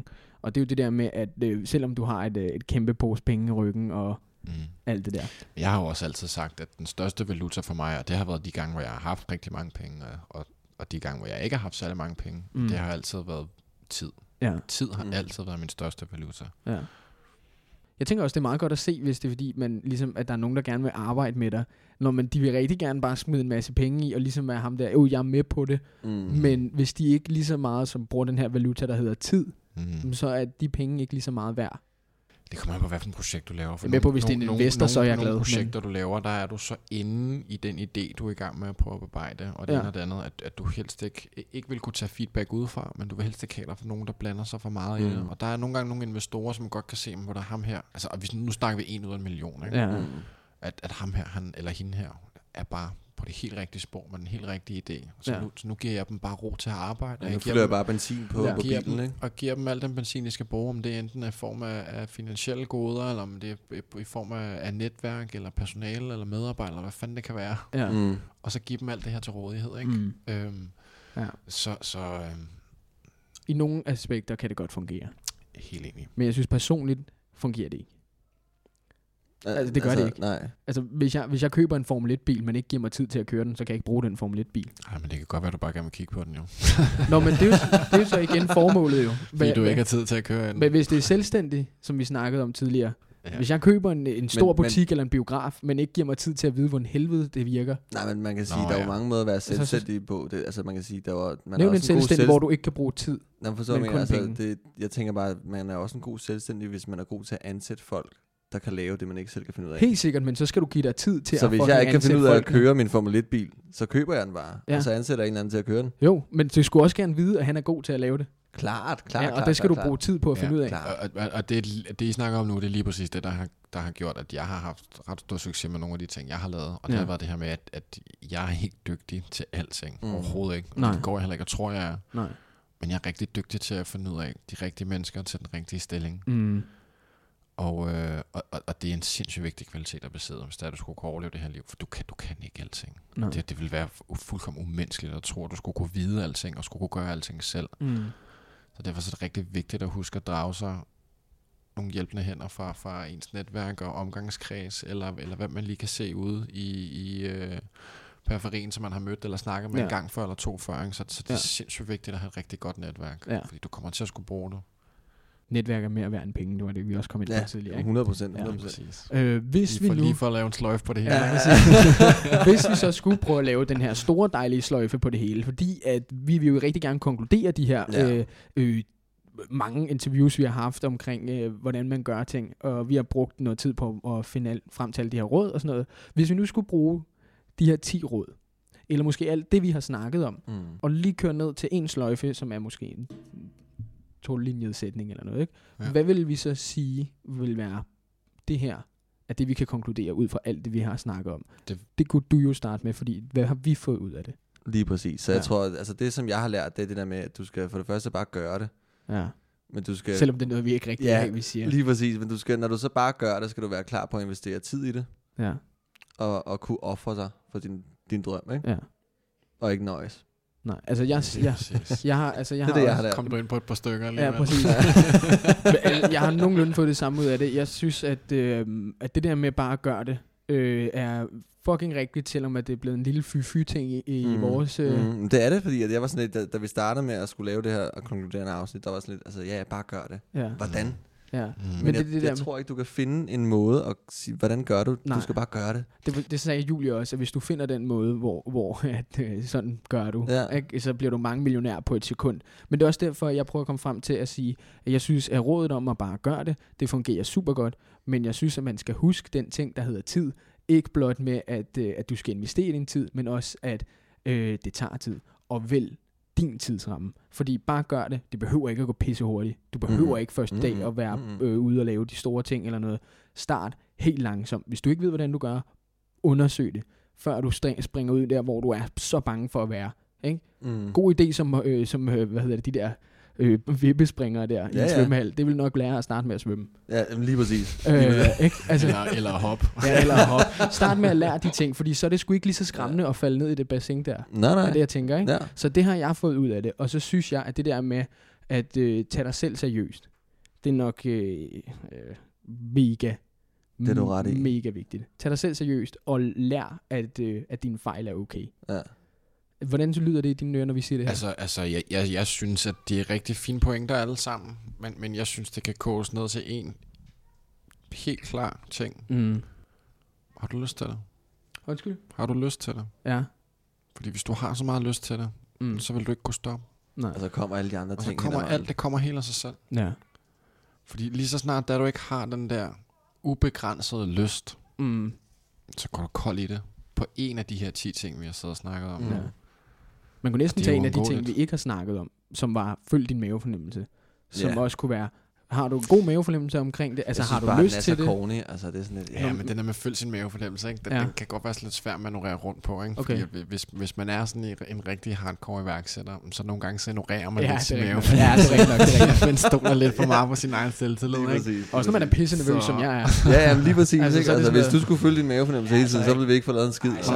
S2: Og det er jo det der med, at øh, selvom du har et, øh, et kæmpe pose penge i ryggen og mm. alt det der.
S3: Jeg har jo også altid sagt, at den største valuta for mig, og det har været de gange, hvor jeg har haft rigtig mange penge, og, og de gange, hvor jeg ikke har haft særlig mange penge, mm. det har altid været tid. Ja. Tid har mm. altid været min største valuta.
S2: Ja. Jeg tænker også, det er meget godt at se, hvis det er fordi, man, ligesom, at der er nogen, der gerne vil arbejde med dig. Når man, de vil rigtig gerne bare smide en masse penge i, og ligesom er ham der, jo, jeg er med på det. Mm. Men hvis de ikke lige så meget, som bruger den her valuta, der hedder tid, mm. så er de penge ikke lige så meget værd.
S3: Det kommer an på, hvilken projekt du laver. For
S2: jeg er med på, hvis det er en investor,
S3: nogle,
S2: så er jeg glad.
S3: Nogle projekter, men... du laver, der er du så inde i den idé, du er i gang med at prøve at bearbejde. Og det ja. ene og det andet, at, at du helst ikke, ikke vil kunne tage feedback udefra, men du vil helst ikke have dig for nogen, der blander sig for meget mm. i det. Og der er nogle gange nogle investorer, som godt kan se, hvor der er ham her. Altså, og hvis, nu snakker vi en ud af en million. Ikke? Ja. At, at ham her, han, eller hende her, er bare på det helt rigtige spor med den helt rigtige idé. Så, ja. nu, så nu giver jeg dem bare ro til at arbejde.
S4: Ja, nu
S3: fylder
S4: jeg bare benzin på, ja. på bilen,
S3: dem,
S4: ikke?
S3: Og giver dem al den benzin, de skal bruge, om det enten er i form af, af finansielle goder, eller om det er i form af, af netværk, eller personale, eller medarbejdere, hvad fanden det kan være. Ja. Mm. Og så give dem alt det her til rådighed, ikke? Mm. Øhm, ja. Så, så øhm,
S2: i nogle aspekter kan det godt fungere.
S3: Helt enig.
S2: Men jeg synes personligt fungerer det ikke. Altså, det gør altså, det ikke.
S4: Nej.
S2: Altså, hvis jeg, hvis jeg køber en Formel et-bil, men ikke giver mig tid til at køre den, så kan jeg ikke bruge den Formel et-bil.
S3: Nej, men det kan godt være, at du bare gerne vil kigge på den, jo.
S2: Nå, men det er jo, det er jo så igen formålet, jo.
S3: Fordi hva, du ikke har tid til at køre den.
S2: Men hvis det er selvstændigt, som vi snakkede om tidligere, ja. Hvis jeg køber en, en stor men, butik men, eller en biograf, men ikke giver mig tid til at vide, hvordan helvede det virker.
S4: Nej, men man kan sige, Nå, der er jo ja. mange måder at være selvstændig på. Det, altså, man kan sige, der var... Man
S2: Nævn
S4: er
S2: en selvstændig, selv... hvor du ikke kan bruge tid.
S4: Nå, for så, men altså, det, jeg tænker bare, at man er også en god selvstændig, hvis man er god til at ansætte folk, der kan lave det, man ikke selv kan finde ud af.
S2: Helt sikkert, men så skal du give dig tid til
S4: så
S2: at
S4: hvis jeg ikke kan finde ud af at køre min Formel et-bil, så køber jeg den bare, ja. og så ansætter jeg en eller anden til at køre den.
S2: Jo, men du skulle også gerne vide, at han er god til at lave det.
S4: Klart, klart,
S2: ja, og
S4: klart,
S2: det skal
S4: klart,
S2: du bruge tid på at ja, finde ud af.
S3: Og, og, og det, det, I snakker om nu, det er lige præcis det, der har, der har gjort, at jeg har haft ret stor succes med nogle af de ting, jeg har lavet. Og det ja. har været det her med, at, at jeg er ikke dygtig til alting. Mm. Overhovedet ikke. Og Nej. det går jeg heller ikke, og tror jeg er. Nej. Men jeg er rigtig dygtig til at finde ud af de rigtige mennesker til den rigtige stilling. Mm. Og, øh, og, og det er en sindssygt vigtig kvalitet at besidde, hvis det er, du skulle kunne overleve det her liv. For du kan, du kan ikke alting. Det, det vil være fuldkommen umenneskeligt at tro, at du skulle kunne vide alting, og skulle kunne gøre alting selv. Mm. Så derfor er det rigtig vigtigt at huske at drage sig nogle hjælpende hænder fra, fra ens netværk og omgangskreds, eller, eller hvad man lige kan se ude i, i øh, periferien, som man har mødt eller snakket med ja. en gang før eller to før. Så, så det ja. er sindssygt vigtigt at have et rigtig godt netværk, ja. fordi du kommer til at skulle bruge det.
S2: Netværk er mere værd end penge, det var det, vi også kom ind på
S4: ja,
S2: tidligere. Ikke?
S4: hundrede procent. hundrede procent.
S2: Ja, øh, hvis
S3: lige, for,
S2: vi nu,
S3: lige for at lave en sløjfe på det hele.
S2: Ja, hvis vi så skulle prøve at lave den her store, dejlige sløjfe på det hele, fordi at vi vil jo rigtig gerne konkludere de her ja. øh, øh, mange interviews, vi har haft omkring, øh, hvordan man gør ting, og vi har brugt noget tid på at finde alt, frem til alle de her råd og sådan noget. Hvis vi nu skulle bruge de her ti råd, eller måske alt det, vi har snakket om, mm. og lige køre ned til en sløjfe, som er måske en to-linjet sætning eller noget, ikke? Ja. Hvad vil vi så sige vil være det her, at det vi kan konkludere ud fra alt det, vi har snakket om? Det, det kunne du jo starte med, fordi hvad har vi fået ud af det?
S4: Lige præcis. Så ja. jeg tror, altså det som jeg har lært, det er det der med, at du skal for det første bare gøre det.
S2: Ja.
S4: Men du skal,
S2: selvom det er noget, vi ikke rigtig
S4: ja,
S2: har, vi siger.
S4: Lige præcis. Men du skal, når du så bare gør det, skal du være klar på at investere tid i det.
S2: Ja.
S4: Og, og kunne ofre sig for din, din drøm, ikke?
S2: Ja.
S4: Og ikke nøjes.
S2: Nej, altså jeg, jeg, jeg, jeg har, altså jeg
S4: det er
S2: har
S4: det, jeg har lært.
S3: Kom du ind på et par stykker lige.
S2: Ja, præcis. Jeg har nogenlunde fået det samme ud af det. Jeg synes, at, øh, at det der med bare at gøre det, øh, er fucking rigtigt, selvom at det er blevet en lille fy-fy-ting i, i mm. vores... Øh...
S4: Mm. Det er det, fordi at jeg var sådan lidt, da, da vi startede med at skulle lave det her og konkludere en afsnit, der var sådan lidt, altså ja, bare gør det. Ja. Hvordan?
S2: Ja.
S4: Mm. Men, Men jeg, det, det der jeg tror ikke, du kan finde en måde at sige, hvordan gør du? Nej. Du skal bare gøre det.
S2: Det, det sagde Julie også, at hvis du finder den måde, hvor, hvor at, øh, sådan gør du, ja. ikke, så bliver du mange millionær på et sekund. Men det er også derfor, jeg prøver at komme frem til at sige, at jeg synes, at rådet om at bare gøre det, det fungerer super godt. Men jeg synes, at man skal huske den ting, der hedder tid. Ikke blot med, at, øh, at du skal investere i din tid, men også, at øh, det tager tid. Og vælg din tidsramme. Fordi bare gør det. Det behøver ikke at gå pisse hurtigt. Du behøver mm. ikke første dag mm. at være øh, ude og lave de store ting eller noget. Start helt langsomt. Hvis du ikke ved, hvordan du gør, undersøg det, før du springer ud der, hvor du er så bange for at være. Ikke? Mm. God idé som, øh, som øh, hvad hedder det, de der øh, vippespringere der ja, i en ja. svømmehal. Det vil nok lære at starte med at svømme.
S4: Ja, lige præcis.
S2: Øh, ikke? Altså,
S3: eller, eller hop.
S2: Ja, eller hop. Start med at lære de ting, fordi så er det sgu ikke lige så skræmmende ja. at falde ned i det bassin der.
S4: Nej, nej.
S2: Det er det, jeg tænker, ikke?
S4: Ja.
S2: Så det har jeg fået ud af det. Og så synes jeg, at det der med at øh, tage dig selv seriøst, Det er nok øh, øh, mega,
S4: Det er du ret i.
S2: mega vigtigt. Tag dig selv seriøst, og lær, at, øh, at dine fejl er okay.
S4: Ja.
S2: Hvordan så lyder det i dine ører, når vi siger det her?
S3: Altså, altså jeg, jeg, jeg synes, at det er rigtig fine pointer alle sammen, men, men jeg synes, det kan koges ned til en helt klar ting.
S2: Mm.
S3: Har du lyst til det?
S2: Undskyld?
S3: Har du lyst til det?
S2: Ja.
S3: Fordi hvis du har så meget lyst til det,
S2: Mm.
S3: så vil du ikke kunne stoppe.
S2: Nej.
S4: Og så kommer alle de andre
S3: Og så
S4: ting.
S3: kommer
S4: hen ad vejen.
S3: alt, det kommer helt af sig selv.
S2: Ja.
S3: Fordi lige så snart, da du ikke har den der ubegrænsede lyst,
S2: Mm.
S3: så går du kold i det. På en af de her ti ting, vi har siddet og snakket om.
S4: Mm.
S2: Ja. Man kunne næsten
S3: Det er
S2: tage en af de ting,
S3: uundgåeligt.
S2: vi ikke har snakket om, som var følg din mavefornemmelse. Som
S4: Ja.
S2: også kunne være, har du en god mavefornemmelse omkring det? Altså
S4: Jeg
S2: har
S4: synes
S2: du
S4: bare,
S2: lyst
S4: den er
S2: til
S4: så
S2: det?
S4: corny. Altså, det er sådan lidt,
S3: Ja,
S2: Nå,
S3: men den der med følge sin mavefornemmelse, ikke? Den,
S2: Ja.
S3: den kan godt være sådan lidt svær at manøvrere rundt på, ikke?
S2: Okay.
S3: Fordi hvis, hvis man er sådan en rigtig hardcore iværksætter, så nogle gange så ignorerer man
S2: Ja,
S3: lidt
S2: det
S3: sin
S2: er rigtigt.
S3: mavefornemmelse.
S2: Ja, det er rigtigt nok, det er rigtigt.
S3: Man stoler lidt for meget på sin egen selvtillid,
S4: Lige
S3: ikke?
S4: præcis.
S2: Også når man er pisse nervøs,
S3: Så-
S2: som jeg er.
S4: Ja, jamen lige præcis.
S2: Altså,
S4: Altså,
S2: så er det
S4: altså,
S2: sådan
S4: hvis
S2: noget-
S4: du skulle følge din mavefornemmelse hele tiden,
S2: altså
S4: så ville vi ikke få lavet en skid.
S2: Nej,
S4: Så.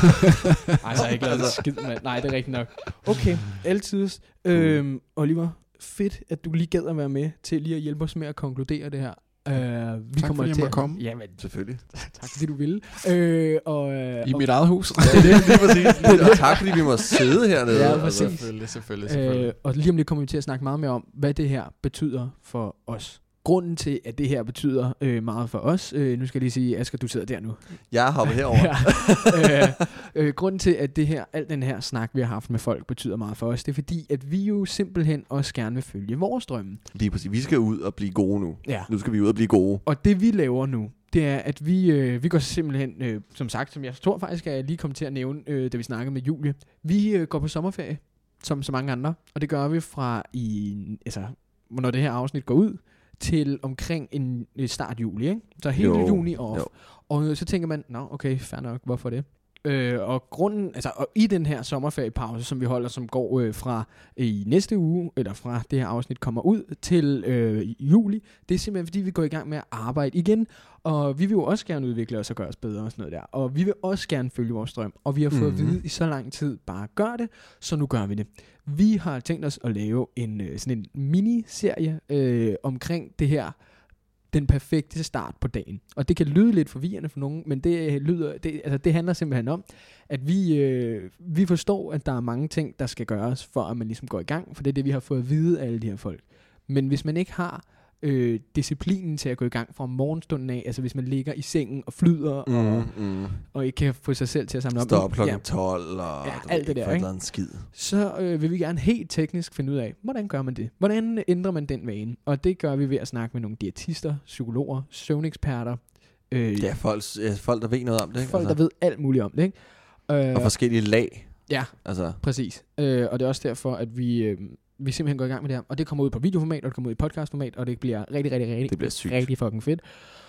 S2: Ej, så har jeg ikke lavet en skid, mand. Nej, det er rigtigt nok. Okay, altid. Øhm, Oliver, fedt, at du lige gad at være med til lige at hjælpe os med at konkludere det her. Uh, vi
S3: Tak
S2: kommer
S3: fordi jeg
S2: til
S3: måtte
S2: at-
S3: komme.
S2: Ja, men
S4: Selvfølgelig.
S2: tak fordi du ville. Øh, og, øh,
S3: I
S2: og,
S3: mit eget hus.
S4: Ja, det er lige præcis. Og tak, fordi vi må sidde hernede.
S2: Ja,
S4: altså.
S2: præcis.
S3: Selvfølgelig, selvfølgelig, selvfølgelig.
S2: øh, og lige om lidt kommer vi til at snakke meget mere om, hvad det her betyder for os. Grunden til, at det her betyder øh, meget for os, øh, nu skal jeg lige sige, Asger, du sidder der nu.
S4: Jeg er hoppet herover.
S2: ja. øh, øh, grunden til, at det her, al den her snak, vi har haft med folk, betyder meget for os, det er fordi, at vi jo simpelthen også gerne vil følge vores drømme.
S4: Lige præcis. Vi skal ud og blive gode nu.
S2: Ja.
S4: Nu skal vi ud og blive gode.
S2: Og det vi laver nu, det er, at vi, øh, vi går simpelthen, øh, som sagt, som jeg tror faktisk, at jeg lige kom til at nævne, øh, da vi snakkede med Julie, vi øh, går på sommerferie, som så mange andre, og det gør vi fra i, altså, når det her afsnit går ud, til omkring en øh, start juli, ikke? Så hele
S4: Jo,
S2: juni off.
S4: jo.
S2: Og øh, så tænker man, nå okay, fair nok, hvorfor det? Øh, og grunden, altså og i den her sommerferiepause, som vi holder, som går øh, fra øh, i næste uge, eller fra det her afsnit kommer ud til øh, juli, det er simpelthen fordi, vi går i gang med at arbejde igen, og vi vil jo også gerne udvikle os og gøre os bedre og sådan noget der, og vi vil også gerne følge vores drøm, og vi har fået
S4: Mhm.
S2: at vide i så lang tid, bare gør det, så nu gør vi det. Vi har tænkt os at lave en øh, sådan en miniserie øh, omkring det her, den perfekte start på dagen. Og det kan lyde lidt forvirrende for nogen, men det lyder, det, altså det handler simpelthen om, at vi, øh, vi forstår, at der er mange ting, der skal gøres, for at man ligesom går i gang, for det er det, vi har fået at vide af alle de her folk. Men hvis man ikke har øh, disciplinen til at gå i gang fra morgenstunden af, altså hvis man ligger i sengen og flyder, og,
S4: Mm, mm.
S2: og ikke kan få sig selv til at samle op,
S4: Stå op klokken
S2: ja,
S4: tolv og
S2: Ja,
S4: du
S2: alt
S4: ved,
S2: det der,
S4: få et
S2: ikke?
S4: eller andet skid.
S2: så øh, vil vi gerne helt teknisk finde ud af, hvordan gør man det? Hvordan ændrer man den vane? Og det gør vi ved at snakke med nogle diætister, psykologer, søvneksperter, øh,
S4: Ja, folk, ja, folk, der ved noget om det, ikke?
S2: folk,
S4: altså,
S2: der ved alt muligt om det, ikke? Øh,
S4: og forskellige lag.
S2: ja,
S4: Altså,
S2: præcis. Øh, og det er også derfor, at vi, øh, vi simpelthen går i gang med det her. Og det kommer ud på videoformat, og det kommer ud i podcastformat, og det bliver rigtig, rigtig, rigtig,
S4: det bliver sygt.
S2: rigtig fucking fedt.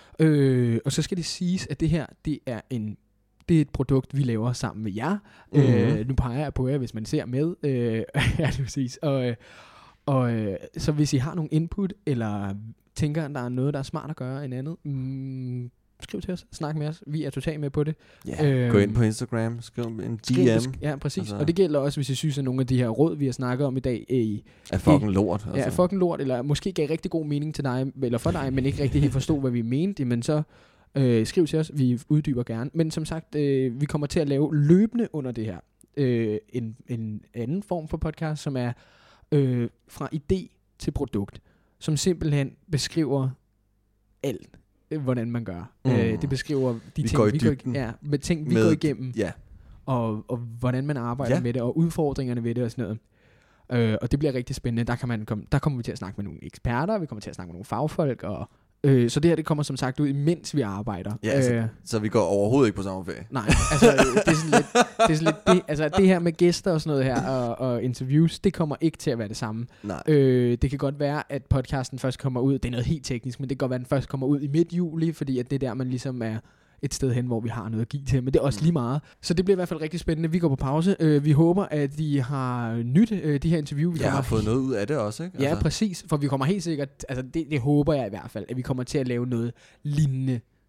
S2: Øh, og så skal det siges, at det her, det er en det er et produkt, vi laver sammen med jer.
S4: Mhm.
S2: Øh, nu peger jeg på jer, hvis man ser med. Øh, ja, det er præcis. Og, øh, og øh, så hvis I har nogle input, eller tænker, at der er noget, der er smart at gøre end andet, mm, skriv til os, snak med os. Vi er totalt med på det.
S4: Ja,
S2: Øhm,
S4: gå ind på Instagram, skriv en D
S2: Skriv-
S4: M
S2: Ja, præcis.
S4: Altså-
S2: Og det gælder også, hvis I synes, at nogle af de her råd, vi har snakket om i dag, i,
S4: af fucking lort.
S2: ja, er fucking lort, eller måske gav rigtig god mening til dig, eller for dig, men ikke rigtig helt forstod, hvad vi mente, men så øh, skriv til os, vi uddyber gerne. Men som sagt, øh, vi kommer til at lave løbende under det her øh, en, en anden form for podcast, som er øh, fra idé til produkt, som simpelthen beskriver alt, øh, hvordan man gør.
S4: Mm.
S2: Øh, det beskriver de
S4: Vi
S2: ting,
S4: går i
S2: vi, går,
S4: dybden
S2: ja, med ting, vi
S4: med-
S2: går igennem,
S4: Ja,
S2: og, og hvordan man arbejder
S4: Ja.
S2: med det, og udfordringerne ved det og sådan noget. Øh, og det bliver rigtig spændende. Der, kan man komme, der kommer vi til at snakke med nogle eksperter, vi kommer til at snakke med nogle fagfolk, og øh, så det her, det kommer som sagt ud, imens vi arbejder.
S4: Ja, altså,
S2: øh,
S4: så vi går overhovedet ikke på sommerferie.
S2: nej, altså øh, det er sådan lidt, det, er sådan lidt det, altså det her med gæster og sådan noget her, og, og interviews, det kommer ikke til at være det samme.
S4: Nej.
S2: Øh, det kan godt være, at podcasten først kommer ud, det er noget helt teknisk, men det kan godt være, at den først kommer ud i midt juli, fordi at det er der, man ligesom er et sted hen, hvor vi har noget at give til, men det er også lige meget. Så det bliver i hvert fald rigtig spændende. Vi går på pause. Øh, vi håber, at I har nyt øh, de her interview. Vi
S4: Jeg
S2: kommer
S4: har fået noget ud af det også, ikke?
S2: Ja, præcis. For vi kommer helt sikkert, altså det, det håber jeg i hvert fald, at vi kommer til at lave noget lignende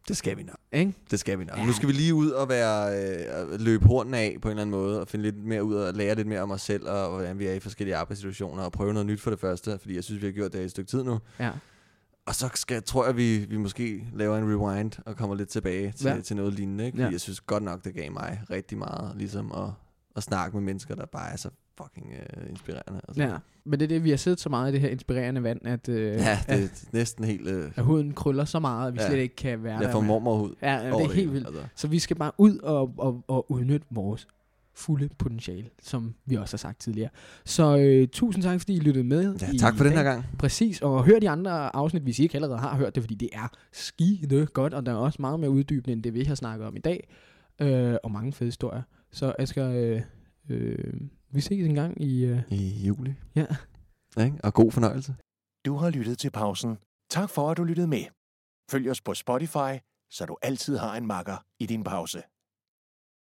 S4: Det skal vi nok.
S2: Ikke?
S4: Det skal vi nok.
S2: Ja.
S4: Nu skal vi lige ud og være øh, løbe hornene af på en eller anden måde, og finde lidt mere ud og lære lidt mere om os selv, og hvordan vi er i forskellige arbejdssituationer, og prøve noget nyt for det første, fordi jeg synes, vi har gjort det i et stykke tid nu.
S2: Ja.
S4: Og så skal, tror jeg, vi, vi måske laver en rewind, og kommer lidt tilbage til,
S2: ja.
S4: til noget lignende. Ikke? Fordi
S2: Ja.
S4: jeg synes godt nok, det gav mig rigtig meget, ligesom at, at snakke med mennesker, der bare er så fucking øh, inspirerende. Altså.
S2: Ja, men det er det, vi har siddet så meget i det her inspirerende vand, at, øh,
S4: Ja, det er
S2: at,
S4: næsten helt... Øh,
S2: at huden krøller så meget, at vi
S4: Ja.
S2: slet ikke kan være
S4: jeg
S2: der.
S4: får
S2: med-
S4: mormorhud.
S2: Ja, ja, det
S4: over
S2: er helt
S4: hele,
S2: vildt.
S4: altså.
S2: Så vi skal bare ud og, og, og udnytte vores fulde potentiale, som vi også har sagt tidligere. Så øh, tusind tak, fordi I lyttede med.
S4: Ja,
S2: i
S4: tak for den
S2: dag.
S4: her gang.
S2: Præcis, og hør de andre afsnit, hvis I ikke allerede har hørt det, fordi det er skide godt, og der er også meget mere uddybende, end det vi har snakket om i dag, øh, og mange fede historier. Så Asger, øh, øh, vi ses en gang i... Øh,
S4: I juli.
S2: ja.
S4: Ikke? Og god fornøjelse.
S1: Du har lyttet til pausen. Tak for, at du lyttede med. Følg os på Spotify, så du altid har en makker i din pause.